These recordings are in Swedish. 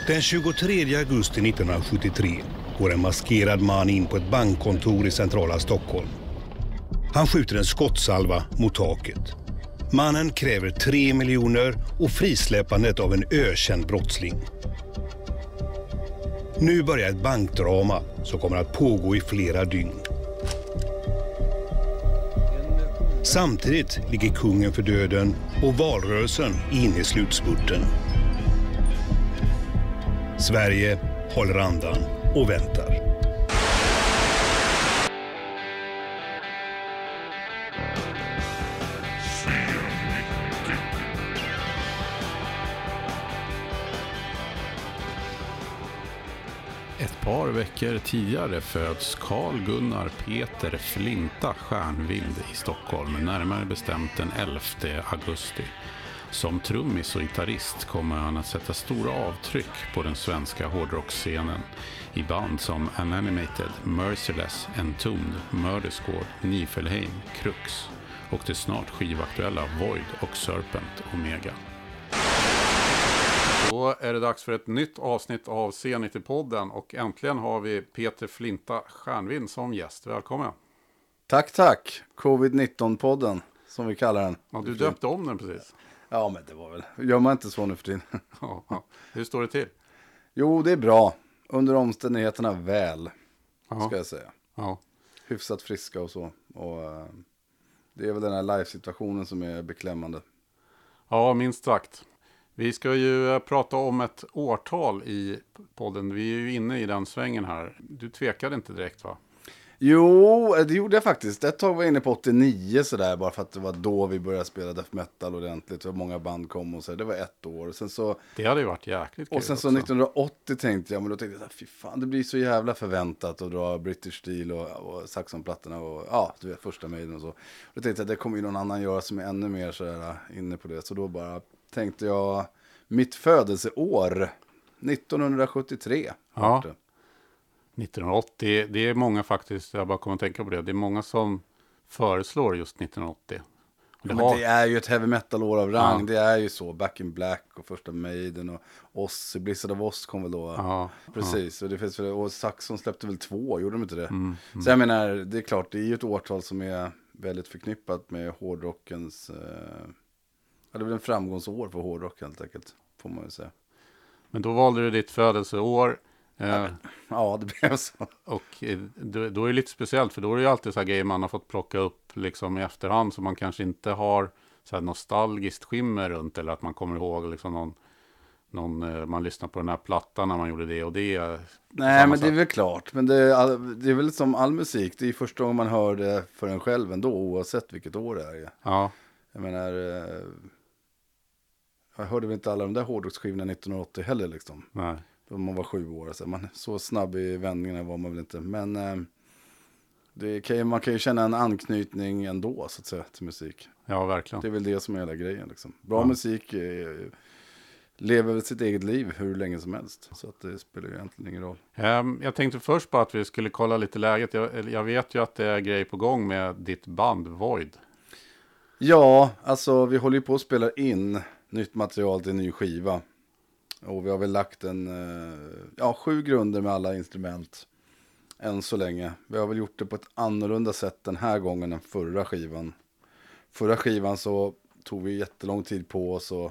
Den 23 augusti 1973 går en maskerad man in på ett bankkontor i centrala Stockholm. Han skjuter en skottsalva mot taket. Mannen kräver 3 miljoner och frisläppandet av en ökänd brottsling. Nu börjar ett bankdrama som kommer att pågå i flera dygn. Samtidigt ligger kungen för döden och valrörelsen inne i slutspurten. Sverige håller andan och väntar. Ett par veckor tidigare föds Carl Gunnar Peter Flinta Stjärnvind i Stockholm, närmare bestämt den 11 augusti. Som trummis och gitarrist kommer han att sätta stora avtryck på den svenska hårdrockscenen i band som Unanimated, Merciless, Entombed, Murdersquad, Niflheim, Crux och det snart skivaktuella Void och Serpent Omega. Då är det dags för ett nytt avsnitt av C90-podden och äntligen har vi Peter Flinta Stjärnvind som gäst. Välkommen! Tack! Covid-19-podden som vi kallar den. Ja, du döpte om den precis. Ja, men det var väl... Gör man inte så nu för tiden? Ja. Hur står det till? Jo, det är bra. Under omständigheterna väl, ska jag säga. Ja. Hyfsat friska och så. Och det är väl den här live-situationen som är beklämmande. Ja, minst sagt. Vi ska ju prata om ett årtal i podden. Vi är ju inne i den svängen här. Du tvekade inte direkt, va? Jo, det gjorde jag faktiskt. Ett tag var jag inne på 89 sådär, bara för att det var då vi började spela death metal ordentligt. Så många band kom och så. Det var ett år. Sen så, det hade ju varit jäkligt kul. Och sen så 1980 tänkte jag, men då tänkte jag fy fan, det blir så jävla förväntat att dra British Steel och Saxonplattorna och ja, du vet, första Maiden och så. Då tänkte jag att det kommer ju någon annan göra som är ännu mer sådär inne på det. Så då bara tänkte jag, mitt födelseår 1973. Ja. 1980, det är många faktiskt, jag bara kommer att tänka på det. Det är många som föreslår just 1980. Men det är ju ett heavy metal-år av rang. Ja. Det är ju så. Back in Black och första Maiden och Oss, Blizzard of Oz kom väl då. Ja. Precis. Och, det finns väl, och Saxon släppte väl 2, gjorde de inte det? Så jag menar, det är klart, det är ju ett årtal som är väldigt förknippat med hårdrockens... det är väl en framgångsår för hårdrock helt enkelt, får man ju säga. Men då valde du ditt födelseår. Ja, det blev så. Och då är det lite speciellt, för då är det ju alltid så här grejer man har fått plocka upp liksom i efterhand, som man kanske inte har så här nostalgiskt skimmer runt, eller att man kommer ihåg liksom någon man lyssnar på den här plattan när man gjorde det och det. Nej, men det är väl klart. Men det är väl som all musik, det är första gången man hör det för en själv ändå, oavsett vilket år det är. Ja. Jag menar, jag hörde väl inte alla de där hårdrocksskivorna 1980 heller liksom. Nej. Då man var 7 år. Så snabb i vändningarna var man väl inte. Men man kan ju känna en anknytning ändå, så att säga, till musik. Ja, verkligen. Det är väl det som är hela grejen. Liksom. Bra musik lever väl sitt eget liv hur länge som helst. Så att det spelar ju egentligen ingen roll. Jag tänkte först på att vi skulle kolla lite läget. Jag vet ju att det är grej på gång med ditt band Void. Ja, alltså vi håller ju på att spela in nytt material till en ny skiva. Och vi har väl lagt 7 grunder med alla instrument än så länge. Vi har väl gjort det på ett annorlunda sätt den här gången än förra skivan. Förra skivan så tog vi jättelång tid på oss och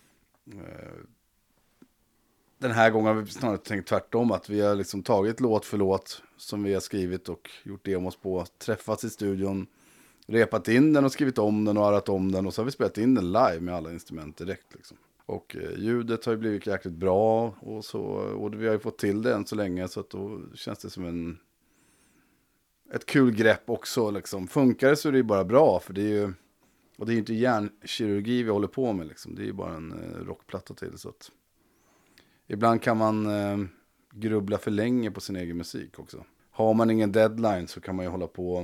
den här gången har vi snarare tänkt tvärtom, att vi har liksom tagit låt för låt som vi har skrivit och gjort demos på, träffats i studion, repat in den och skrivit om den och arrat om den, och så har vi spelat in den live med alla instrument direkt liksom. Och ljudet har ju blivit jäkligt bra och vi har ju fått till det än så länge, så att då känns det som ett kul grepp också liksom. Funkar det så är det ju bara bra, för det är ju, och det är ju inte hjärnkirurgi vi håller på med liksom. Det är ju bara en rockplatta till, så att ibland kan man grubbla för länge på sin egen musik också. Har man ingen deadline så kan man ju hålla på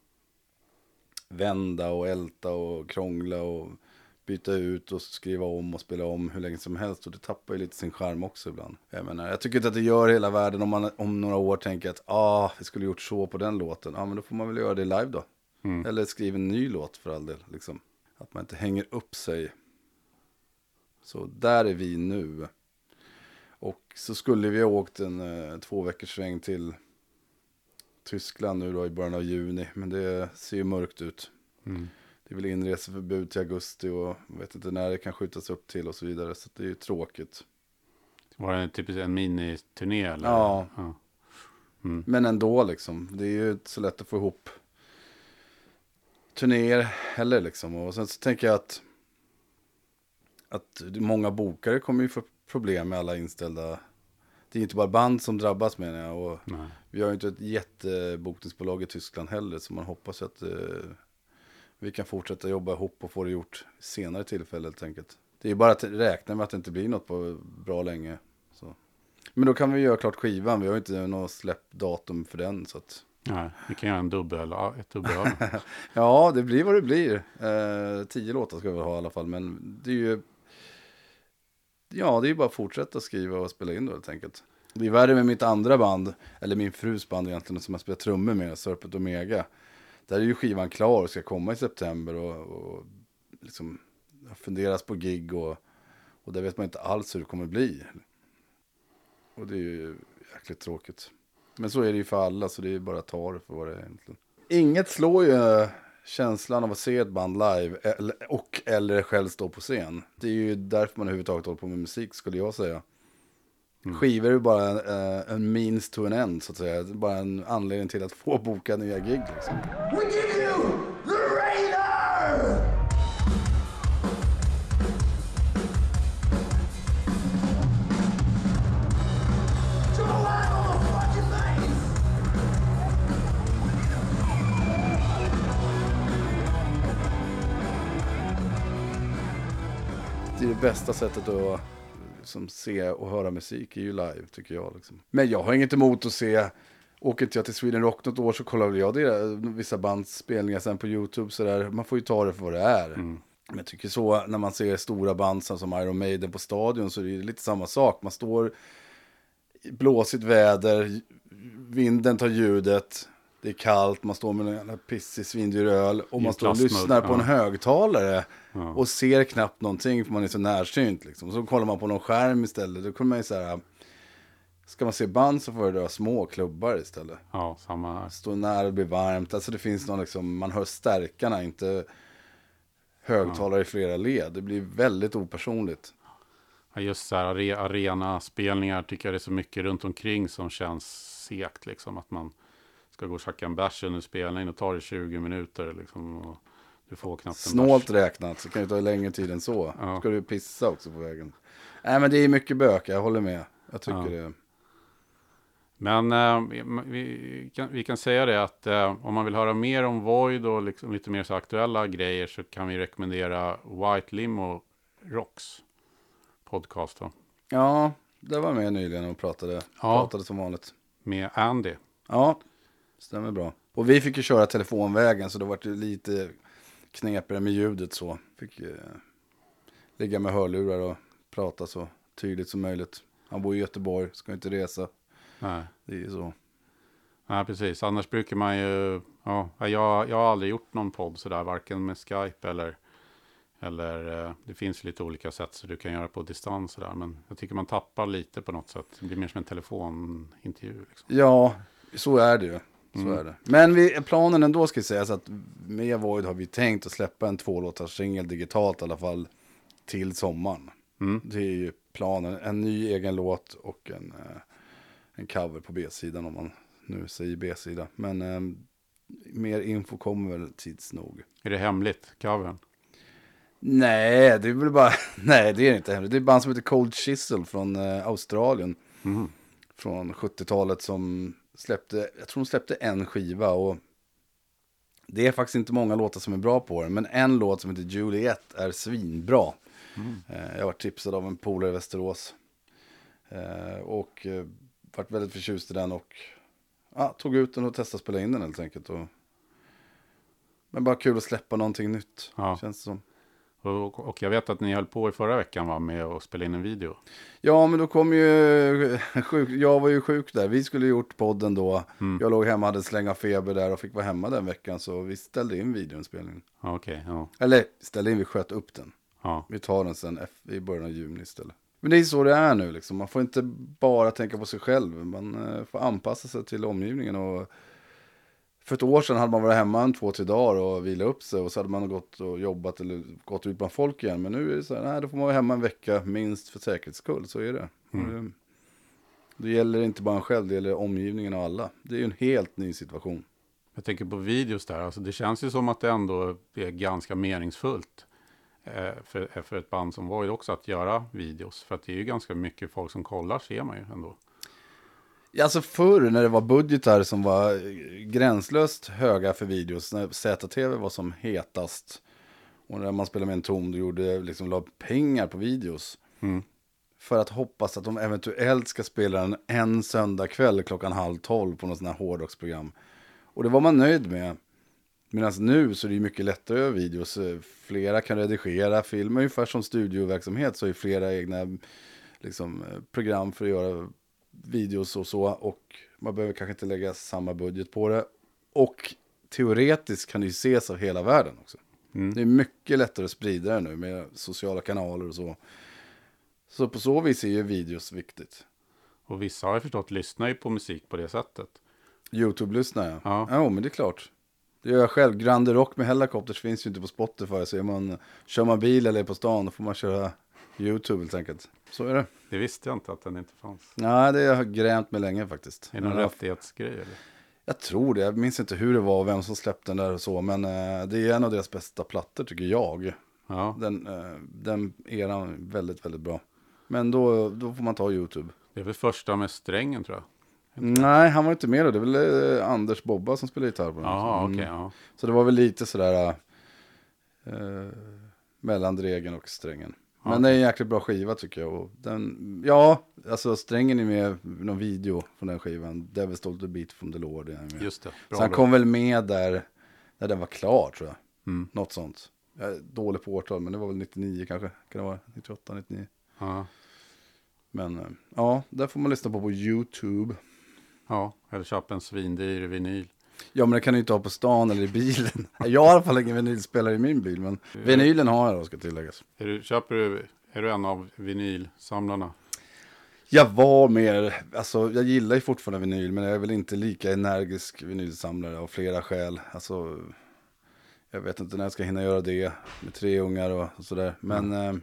vända och älta och krångla och byta ut och skriva om och spela om hur länge som helst, och det tappar ju lite sin charm också ibland. Jag tycker inte att det gör hela världen om man om några år tänker att vi skulle gjort så på den låten. Men då får man väl göra det live då. Eller skriva en ny låt för all del liksom. Att man inte hänger upp sig. Så där är vi nu. Och så skulle vi ha åkt en 2 veckors sväng till Tyskland nu då i början av juni. Men det ser ju mörkt ut. Det är väl inreseförbud till augusti och jag vet inte när det kan skjutas upp till och så vidare. Så det är ju tråkigt. Var det typ en miniturné eller? Ja. Men ändå liksom. Det är ju inte så lätt att få ihop turnéer heller liksom. Och sen så tänker jag att många bokare kommer ju få problem med alla inställda. Det är inte bara band som drabbas menar jag. Och vi har ju inte ett jättebokningsbolag i Tyskland heller. Så man hoppas att vi kan fortsätta jobba ihop och få det gjort senare tillfälle helt enkelt. Det är bara att räkna med att det inte blir något på bra länge. Så. Men då kan vi göra klart skivan. Vi har ju inte något släppdatum för den. Så att... Nej, vi kan göra ett dubbel. Ja, det blir vad det blir. 10 låtar ska vi ha i alla fall. Men det är ju... Ja, det är ju bara att fortsätta skriva och spela in då helt enkelt. Det är värre med mitt andra band. Eller min frus band egentligen som jag spelar trummor med. Serpent Omega. Där är ju skivan klar och ska komma i september. Och liksom funderas på gig. Och där vet man inte alls hur det kommer bli. Och det är ju jäkligt tråkigt. Men så är det ju för alla, så det är bara att ta det för vad det är egentligen. Inget slår ju känslan av att se ett band live eller själv stå på scen. Det är ju därför man överhuvudtaget håller på med musik, skulle jag säga. Skivor är ju bara en means to an end, så att säga. Bara en anledning till att få boka nya gig. Liksom. We give you the Raider! Det är det bästa sättet att liksom, se och höra musik är ju live, tycker jag. Liksom. Men jag har inget emot att se. Åker jag till Sweden Rock något år så kollar jag vissa bandspelningar sen på YouTube. Så där. Man får ju ta det för vad det är. Men jag tycker så, när man ser stora band som Iron Maiden på stadion, så är det lite samma sak. Man står i blåsigt väder, vinden tar ljudet. Det är kallt, man står med en pissig svindyr öl och man står och lyssnar på en högtalare och ser knappt någonting för man är så närsynt. Liksom. Så kollar man på någon skärm istället. Då kommer man ju så här, ska man se band så får det små klubbar istället. Ja, samma här. Stå nära och bli varmt. Alltså det finns någon liksom, man hör stärkarna, inte högtalare i flera led. Det blir väldigt opersonligt. Ja, just så här, arena-spelningar tycker jag det är så mycket runt omkring som känns segt liksom, att man ska gå och tjacka en bärs under spelningen och tar det 20 minuter liksom, och du får knappt en snålt bärs. Räknat, så kan det ta längre tid än så. Ja. Ska du pissa också på vägen. Nej, men det är mycket bök, jag håller med. Jag tycker det. Men vi kan säga det att om man vill höra mer om Void och liksom lite mer så aktuella grejer, så kan vi rekommendera White Limo Rocks podcast då. Ja, det var med nyligen och pratade som vanligt. Med Andy. Ja, stämmer bra. Och vi fick ju köra telefonvägen, så då var det lite knepigare med ljudet så. Fick ligga med hörlurar och prata så tydligt som möjligt. Han bor i Göteborg, ska inte resa. Nej. Det är ju så. Nej, precis. Annars brukar man ju... Ja, jag har aldrig gjort någon podd sådär, varken med Skype eller det finns lite olika sätt så du kan göra på distans sådär. Men jag tycker man tappar lite på något sätt. Det blir mer som en telefonintervju. Liksom. Ja, så är det ju. Så är det. Men planen ändå ska sägas att med Void har vi tänkt att släppa en 2-låtars singel digitalt i alla fall till sommaren. Det är ju planen. En ny egen låt och en cover på B-sidan, om man nu säger B-sida. Men mer info kommer väl tids nog. Är det hemligt, covern? Nej, det är väl bara... Nej, det är inte hemligt. Det är ett band som heter Cold Chisel från Australien. Från 70-talet som släppte... Jag tror de släppte en skiva och... Det är faktiskt inte många låtar som är bra på den. Men en låt som heter Juliet är svinbra. Jag var tipsad av en polare i Västerås. Och varit väldigt förtjust i den och tog ut den och testade spela in den helt enkelt. Men bara kul att släppa någonting nytt, känns det som. Och jag vet att ni höll på i förra veckan var med och spela in en video. Ja, men då kom ju jag var ju sjuk där. Vi skulle gjort podden då. Jag låg hemma, hade slänga feber där och fick vara hemma den veckan. Så vi ställde in videoinspelningen. Okej. Eller ställde in, vi sköt upp den. Ja. Vi tar den sen i början av juni istället. Men det är så det är nu liksom. Man får inte bara tänka på sig själv. Man får anpassa sig till omgivningen. Och för ett år sedan hade man varit hemma 2-3 dagar och vila upp sig. Och så hade man gått och jobbat eller gått ut bland folk igen. Men nu är det så här, nej, då får man vara hemma en vecka minst för säkerhets skull. Så är det. Det gäller inte bara en själv, det gäller omgivningen och alla. Det är ju en helt ny situation. Jag tänker på videos där. Alltså det känns ju som att det ändå är ganska meningsfullt för ett band som Void också att göra videos. För att det är ju ganska mycket folk som kollar, ser man ju ändå. Ja, alltså förr när det var budgetar som var gränslöst höga för videos, när ZTV var som hetast och när man spelade med en tom, då gjorde liksom la pengar på videos. För att hoppas att de eventuellt ska spela en söndag kväll 11:30 på något sån här hårdrocksprogram. Och det var man nöjd med. Medan nu så är det mycket lättare över videos. Flera kan redigera film, ungefär som studioverksamhet så är flera egna liksom, program för att göra videos och så. Och man behöver kanske inte lägga samma budget på det. Och teoretiskt kan det ju ses av hela världen också. Det är mycket lättare att sprida det nu med sociala kanaler och så. Så på så vis är ju videos viktigt. Och vissa har jag förstått lyssnar ju på musik på det sättet. YouTube-lyssnar jag. Ja. Ja, men det är klart. Det gör jag själv. Grande Rock med Helicopters finns ju inte på Spotify. Så kör man bil eller är på stan, då får man köra YouTube helt enkelt. Så är det. Det visste jag inte att den inte fanns. Nej, det har jag grämt med länge faktiskt. Är det någon rättighetsgrej eller? Jag tror det. Jag minns inte hur det var och vem som släppte den där och så. Men det är en av deras bästa plattor tycker jag. Ja. Den eran väldigt, väldigt bra. Men då får man ta YouTube. Det är väl första med strängen tror jag. Nej, han var inte med då. Det är väl Anders Bobba som spelar gitarr på den. Ja, okej. Ja. Så det var väl lite sådär mellan Dregen och strängen. Men det är en jäkligt bra skiva tycker jag. Och alltså strängen är med i någon video från den skivan. Devil Stole the Beat from the Lord. Är med. Just det. Bra, så han kom väl med där när den var klar tror jag. Något sånt. Jag är dålig på årtal, men det var väl 99 kanske. Kan det vara 98, 99. Ja. Men ja, där får man lyssna på YouTube. Ja, eller köpa en svindyr vinyl. Ja, men det kan du inte ha på stan eller i bilen. Jag har i alla fall ingen vinylspelare i min bil, men vinylen har jag då, ska tilläggas. Är du en av vinylsamlarna? Jag var mer, alltså jag gillar ju fortfarande vinyl, men jag är väl inte lika energisk vinylsamlare av flera skäl. Alltså, jag vet inte när jag ska hinna göra det med 3 ungar och sådär. Men,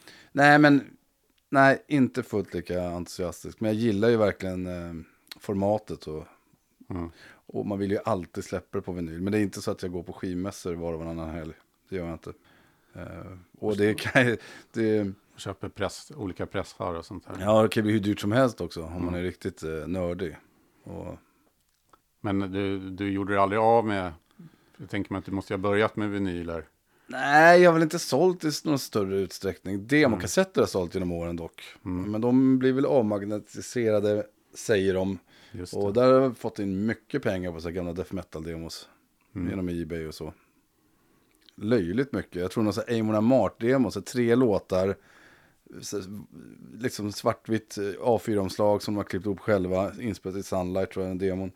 nej, inte fullt lika entusiastisk. Men jag gillar ju verkligen formatet och man vill ju alltid släppa det på vinyl. Men det är inte så att jag går på skivmässor var och varannan helg. Det gör jag inte. Och det kan det köper olika pressar och sånt här. Ja, det kan bli hur dyrt som helst också om man är riktigt nördig. Men du gjorde det aldrig av med, jag tänker mig att du måste ha börjat med vinyler. Nej, jag har väl inte sålt i någon större utsträckning. Demokassetter har sålt genom åren dock. Men de blir väl avmagnetiserade, säger de. Och där har jag fått in mycket pengar på så gamla death metal-demos. Genom eBay och så. Löjligt mycket. Jag tror någon sån här Amon Amart-demo, så 3 låtar. Så, liksom svartvitt A4-omslag som de har klippt upp själva. Inspelat i Sunlight tror jag, den demon.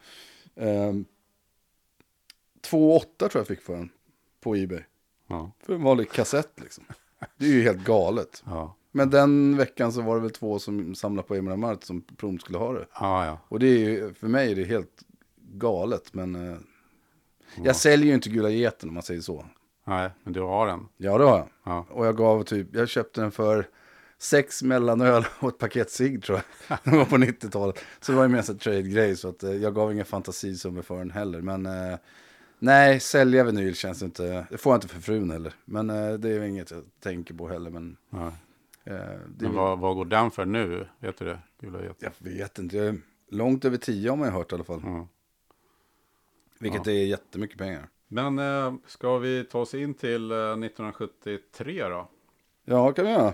2,8 tror jag fick för den på eBay. Ja. För en vanlig kassett liksom. Det är ju helt galet. Ja. Men den veckan så var det väl 2 som samlade på Amon Amart som prompt skulle ha det. Ja. Och det är ju, för mig är det helt galet. Men jag säljer ju inte Gula Geten om man säger så. Nej, men du har den. Ja, det har jag. Ja. Och jag köpte den för 6 mellanöl och ett paket cigg tror jag. Det var på 90-talet. Så det var ju mer en trade-grej. Så att jag gav ingen fantasisummor för den heller. Men nej, sälja vinyl känns inte. Det får jag inte för frun heller. Men det är inget jag tänker på heller. Men, men vad går den för nu? Vet du det? Gula Geten. Jag vet inte. Jag är långt över 10 har man ju hört i alla fall. Vilket är jättemycket pengar. Men ska vi ta oss in till 1973 då? Ja, kan vi göra.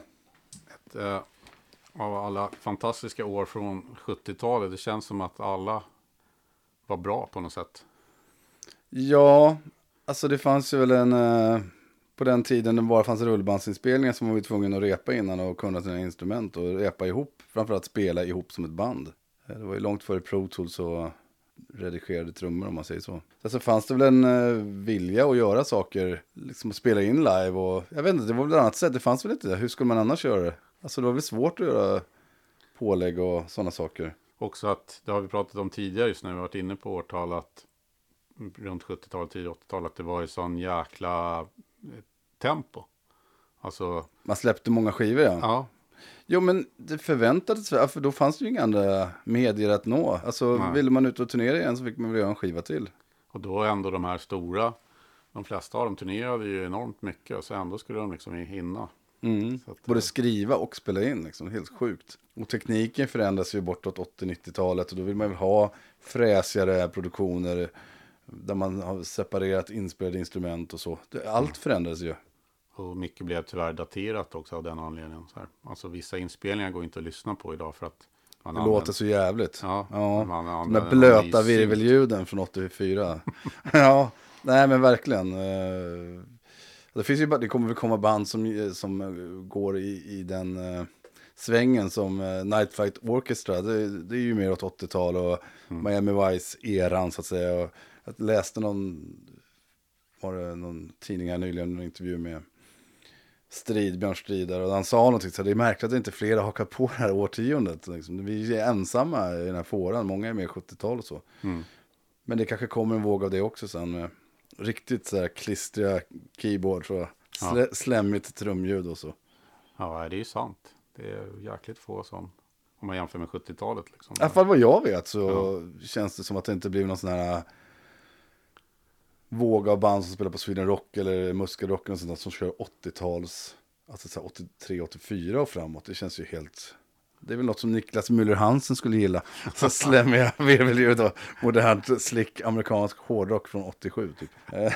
Av alla fantastiska år från 70-talet. Det känns som att alla var bra på något sätt. Ja, alltså det fanns ju väl på den tiden det bara fanns rullbandsinspelningar som man var tvungen att repa innan och kunna sina instrument och repa ihop. Framförallt spela ihop som ett band. Det var ju långt före Pro Tools och redigerade trummor om man säger så. Så fanns det väl en vilja att göra saker, liksom att spela in live och jag vet inte, det var väl ett annat sätt. Det fanns väl inte det. Hur skulle man annars göra det? Alltså det var väl svårt att göra pålägg och sådana saker. Också att, det har vi pratat om tidigare just när vi varit inne på årtal, att runt 70-talet, 80-talet, att det var i sån jäkla tempo. Alltså... Man släppte många skivor, ja. Ja. Jo, men det förväntades, för då fanns det ju inga andra medier att nå. Alltså, ville man ut och turnera igen så fick man väl göra en skiva till. Och då ändå de här stora, de flesta av dem turnerade ju enormt mycket, och så ändå skulle de liksom hinna. Så att, både skriva och spela in, liksom, helt sjukt. Och tekniken förändras ju bortåt 80-90-talet, och då vill man väl ha fräsigare produktioner där man har separerat inspelade instrument och så. Allt förändrades ju. Och mycket blev tyvärr daterat också av den anledningen. Så här. Alltså vissa inspelningar går inte att lyssna på idag för att man det låter så jävligt. Ja, de där blöta virvelljuden från 84. Ja, nej men verkligen. Det finns ju, det kommer väl komma band som går i den svängen som Night Flight Orchestra. Det är ju mer åt 80-tal och Miami Vice-eran så att säga. Och jag läste någon tidning här nyligen, en intervju med Björn Strid där, och han sa någonting så det är märkligt att inte flera hakar på det här årtiondet. Liksom. Vi är ensamma i den här fåran, många är mer 70-tal och så. Men det kanske kommer en våg av det också sen med riktigt så här klistriga keyboards och slämmigt trumljud och så. Ja, det är ju sant. Det är jäkligt få som, om man jämför med 70-talet. Liksom. I alla fall vad jag vet så känns det som att det inte blir någon sån här våg av band som spelar på Sweden Rock eller Muskelrock och sånt där, som kör 80-tals, alltså så 83-84 och framåt. Det känns ju helt... Det är väl något som Niklas Müller-Hansen skulle gilla. Så slämmiga virvelljud och modernt slick amerikansk hårdrock från 87 typ.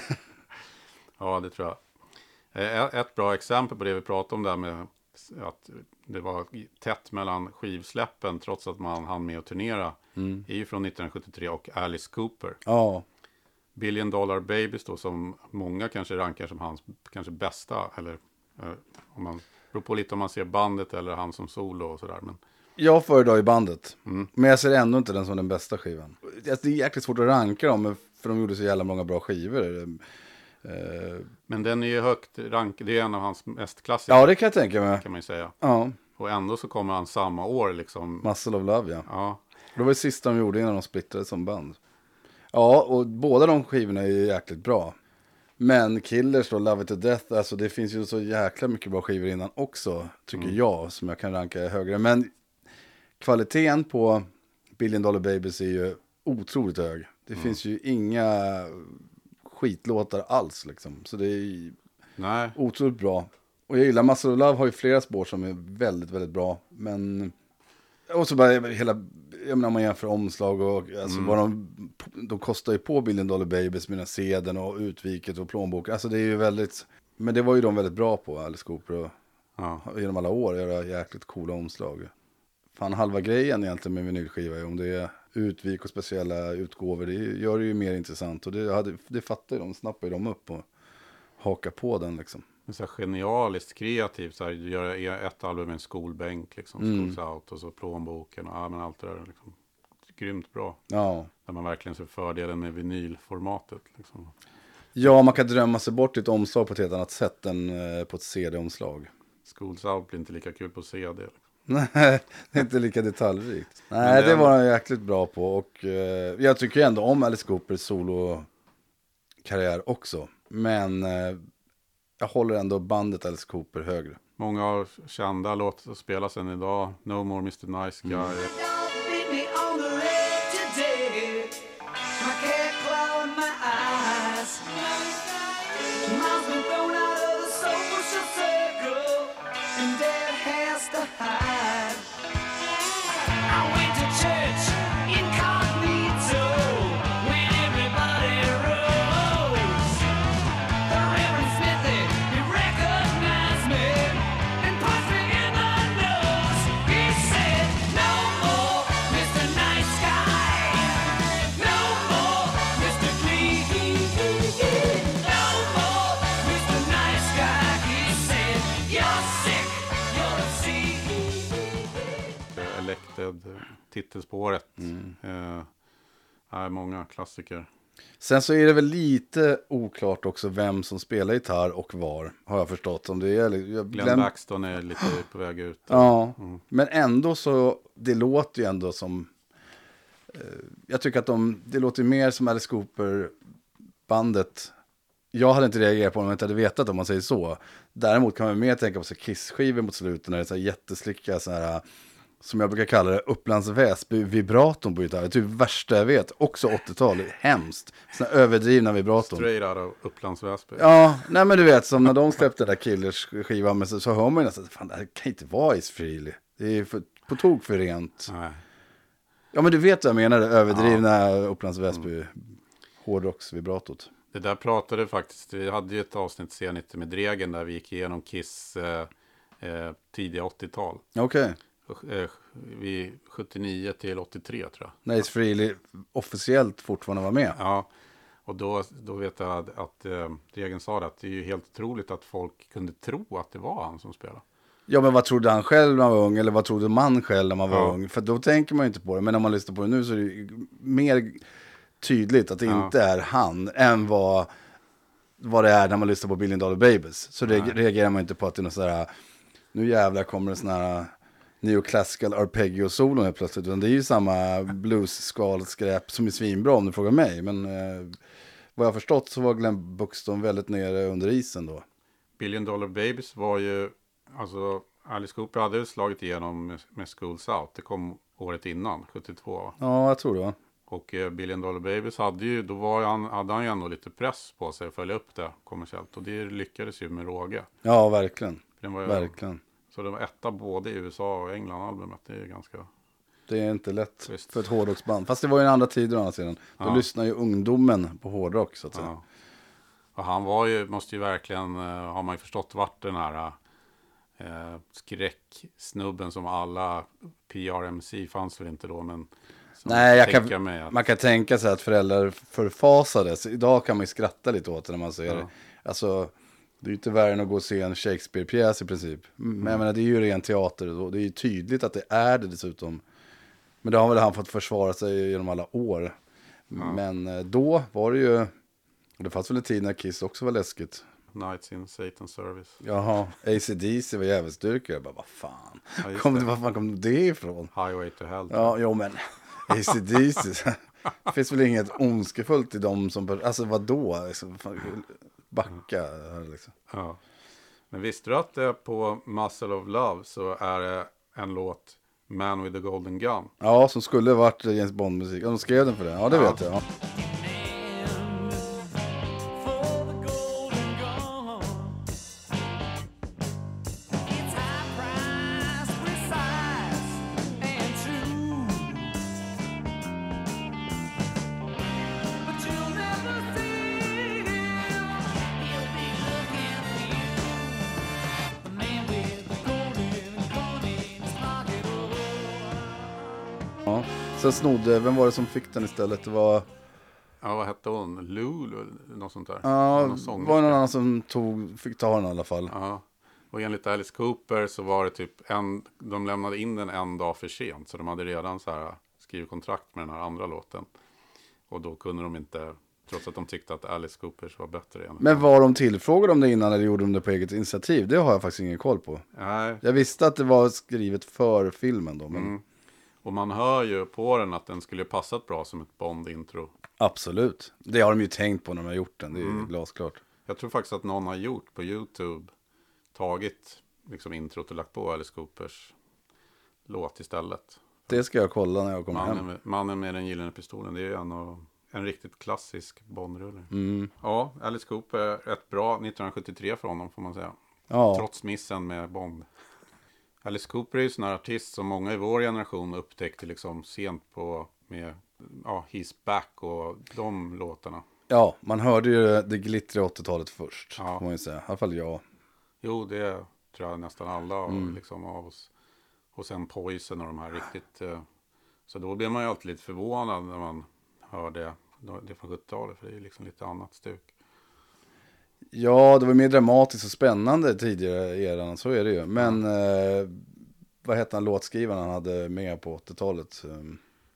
Ja, det tror jag. Ett bra exempel på det vi pratade om där med att det var tätt mellan skivsläppen trots att man hann med att turnera är ju från 1973 och Alice Cooper. Ja. Billion Dollar Babies då, som många kanske rankar som hans kanske bästa, eller om man beror på lite om man ser bandet eller han som solo och sådär. Men... Jag föredrar ju bandet, men jag ser ändå inte den som den bästa skivan. Det är jäkligt svårt att ranka dem, för de gjorde så jävla många bra skivor. Men den är ju högt rankad, det är en av hans mest klassiska. Ja, det kan jag tänka mig. Kan man ju säga. Ja. Och ändå så kommer han samma år liksom. Muscle of Love, ja. Ja. Det var det sista de gjorde innan de splittrade som band. Ja, och båda de skivorna är ju jäkligt bra. Men Killers och Love It To Death, alltså det finns ju så jäkla mycket bra skivor innan också, tycker jag, som jag kan ranka högre. Men kvaliteten på Billion Dollar Babies är ju otroligt hög. Det finns ju inga skitlåtar alls liksom. Så det är otroligt bra. Och jag gillar Muscle of Love, har ju flera spår som är väldigt, väldigt bra. Men... Och så bara hela, jag menar om man jämför omslag och alltså vad de kostar ju på Billion Dollar Babies med den sedeln och utviket och plånboken. Alltså det är ju väldigt, men det var ju de väldigt bra på, Alice Cooper, och genom alla år göra jäkligt coola omslag. Fan, halva grejen egentligen med vinylskiva, om det är utvik och speciella utgåvor, det gör det ju mer intressant, och det fattar ju de, snappar ju de upp och hakar på den liksom. Så genialiskt kreativt, så här, göra ett album med en skolbänk liksom, Schools Out, och så plånboken och men allt det där liksom, grymt bra. Ja. Där man verkligen ser fördelen med vinylformatet liksom. Ja, man kan drömma sig bort i ett omslag på ett helt annat sätt än på ett CD-omslag. Schools Out blir inte lika kul på CD liksom. Nej, det är inte lika detaljrikt. Nej, det var han jäkligt bra på, och jag tycker ändå om Alice Coopers solo-karriär också. Men jag håller ändå bandet Alice Cooper högre. Många har kända låtar spelas än idag. No More Mr. Nice Guy. Titelspåret. Är många klassiker. Sen så är det väl lite oklart också vem som spelar gitarr och var, har jag förstått. Om det är, Glenn Baxton är lite på väg ut. Ja, men ändå så, det låter ju ändå som, jag tycker att det låter mer som Alice Cooper-bandet. Jag hade inte reagerat på om jag inte hade vetat, om man säger så. Däremot kan man mer tänka på så Kiss-skivor mot slutet när det är så här jätteslicka så här, som jag brukar kalla det, Upplands Väsby-vibraton på gitarr. Det är typ värsta jag vet. Också 80-tal, hemskt. Såna överdrivna vibraton. Straight out of Upplands Väsby. Ja, nej men du vet, som när de släppte den där Killers-skivan, men så hör man ju nästan, fan det här kan inte vara Ace Frehley. Det är på tok för rent. Nej. Ja, men du vet vad jag menar, det överdrivna Upplands Väsby hårdrocksvibratot. Det där pratade faktiskt, vi hade ju ett avsnitt C90 med Dregen där vi gick igenom Kiss tidiga 80-tal. Okej. Vi 79 till 83 tror jag. När Ace Frehley officiellt fortfarande var med. Ja, och då vet jag att Dregen sa det, att det är ju helt otroligt att folk kunde tro att det var han som spelade. Ja, men vad trodde han själv när han var ung? Eller vad trodde man själv när man var ung? För då tänker man ju inte på det. Men när man lyssnar på det nu så är det ju mer tydligt att det inte är han än vad det är när man lyssnar på Billion Dollar Babies. Så reagerar man inte på att det är något sådär, nu jävlar kommer det sån här neoclassical arpeggio-solon helt plötsligt. Utan det är ju samma blues-skalskräp som är svinbra om du frågar mig. Men vad jag har förstått så var Glenn Buxton väldigt nere under isen då. Billion Dollar Babies var ju, alltså Alice Cooper hade slagit igenom med Schools Out. Det kom året innan, 72. Ja, jag tror det va. Och Billion Dollar Babies hade ju, hade han ju ändå lite press på sig att följa upp det kommersiellt. Och det lyckades ju med råge. Ja, verkligen. Verkligen. Så det var etta både i USA och England albumet. Det är ganska... Det är inte lätt Just. för ett hårdrocksband. Fast det var ju en andra tid å andra sidan. Då lyssnar ju ungdomen på hårdrock så att säga. Ja. Och han var ju, måste ju verkligen, har man ju förstått, vart den här skräcksnubben som alla PRMC fanns väl inte då, men nej, man kan tänka sig att föräldrar förfasades. Idag kan man ju skratta lite åt det när man ser det. Alltså, det är ju inte värre än att gå och se en Shakespeare-pjäs i princip. Men jag menar, det är ju ren teater och det är ju tydligt att det är det dessutom. Men det har väl han fått försvara sig genom alla år. Men då var det ju, och det fanns väl en tid när Kiss också var läskigt. Nights in Satan's Service. Jaha, AC/DC var jävelstyrka. Jag bara, vad fan? Ja, Var fan kom det ifrån? Highway to Hell. Ja, jo men AC/DC. Det finns väl inget ondskefullt i dem som, alltså vadå? Liksom, backa liksom. Ja. Men visste du att det på Muscle of Love så är det en låt, Man with the Golden Gun? Ja, som skulle varit James Bond-musik. De skrev den för det. Ja, det vet jag. Ja. Sen snodde, vem var det som fick den istället? Det var... Ja, vad hette hon? Lulu, något sånt där. Ja, det var någon annan som fick ta den i alla fall. Ja, och enligt Alice Cooper så var det typ de lämnade in den en dag för sent. Så de hade redan så här skrivit kontrakt med den här andra låten. Och då kunde de inte, trots att de tyckte att Alice Coopers var bättre. Men var de tillfrågade om det innan eller gjorde de det på eget initiativ? Det har jag faktiskt ingen koll på. Nej. Jag visste att det var skrivet för filmen då, men... Och man hör ju på den att den skulle passat bra som ett Bond-intro. Absolut. Det har de ju tänkt på när de har gjort den. Det är ju glasklart. Jag tror faktiskt att någon har gjort på YouTube, tagit liksom introt och lagt på Alice Coopers låt istället. Det ska jag kolla när jag kommer hem. Mannen med den gyllene pistolen, det är ju en riktigt klassisk Bond-rulle. Ja, Alice Cooper, rätt bra 1973 för honom får man säga. Ja. Trots missen med Bond. Alice Cooper är ju en sån här artist som många i vår generation upptäckte liksom sent på med He's Back och de låtarna. Ja, man hörde ju det glittriga 80-talet först, ja. Får man ju säga. I alla fall jag. Jo, det tror jag nästan alla liksom av oss. Och sen Poison och de här riktigt. Så då blir man ju alltid lite förvånad när man hör det från 70-talet. För det är ju liksom lite annat stuk. Ja, det var mer dramatiskt och spännande tidigare eran, så är det ju. Men vad hette han låtskrivaren han hade med på 80-talet?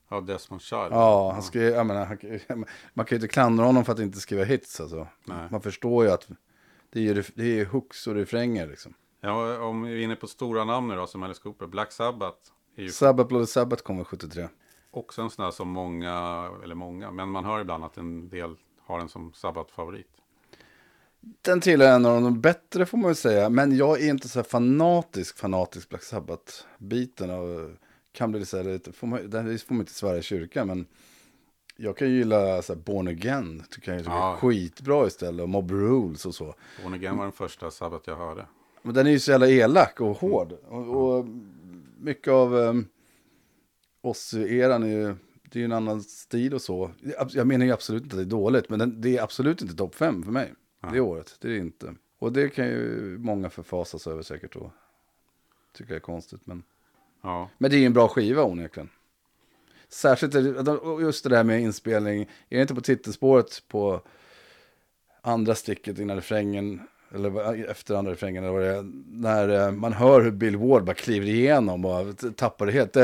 Ja, Desmond Child. Ja, han skrev, jag menar, man kan ju inte klandra honom för att inte skriva hits alltså. Nej. Man förstår ju att det är hooks och refränger liksom. Ja, om vi är inne på stora namn nu då, som Alice Cooper. Black Sabbath är ju Bloody Sabbath kommer 73. också en sån där som många, men man hör ibland att en del har den som Sabbath-favorit. Den tillhör en av de bättre får man ju säga. Men jag är inte så här fanatisk Black Sabbath-biten. Kan bli så här lite, det får man inte svära i kyrkan, men jag kan ju gilla så här Born Again. Tycker jag är skitbra istället. Och Mob Rules och så. Born Again var den första Sabbath jag hörde. Men den är ju så jävla elak och hård. Och mycket av Ozzy-eran det är ju en annan stil och så. Jag menar ju absolut inte att det är dåligt, men det är absolut inte topp 5 för mig. Det året, det är det inte. Och det kan ju många förfasas över säkert då. Tycker jag är konstigt, men det är ju en bra skiva onekligen. Särskilt just det där med inspelning. Är det inte på titelspåret på andra sticket innan refrängen, eller efter andra refrängen, eller vad det är, när man hör hur Bill Ward bara kliver igenom och tappar det helt.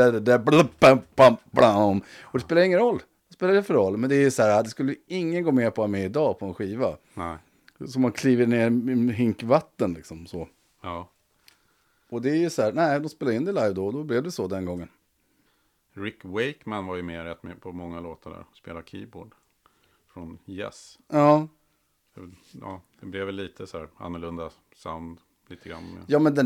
Och det spelar ingen roll. Det spelar det för roll, men det är så här, det skulle ingen gå med på med idag på en skiva. Nej. Som man kliver ner en hink vatten liksom så. Ja. Och det är ju så här, nej, de spelade in det live då blev det så den gången. Rick Wakeman var ju med på många låtar där. Spelade keyboard. Från Yes. Ja. Ja, det blev väl lite så här annorlunda sound. Lite grann. Ja, men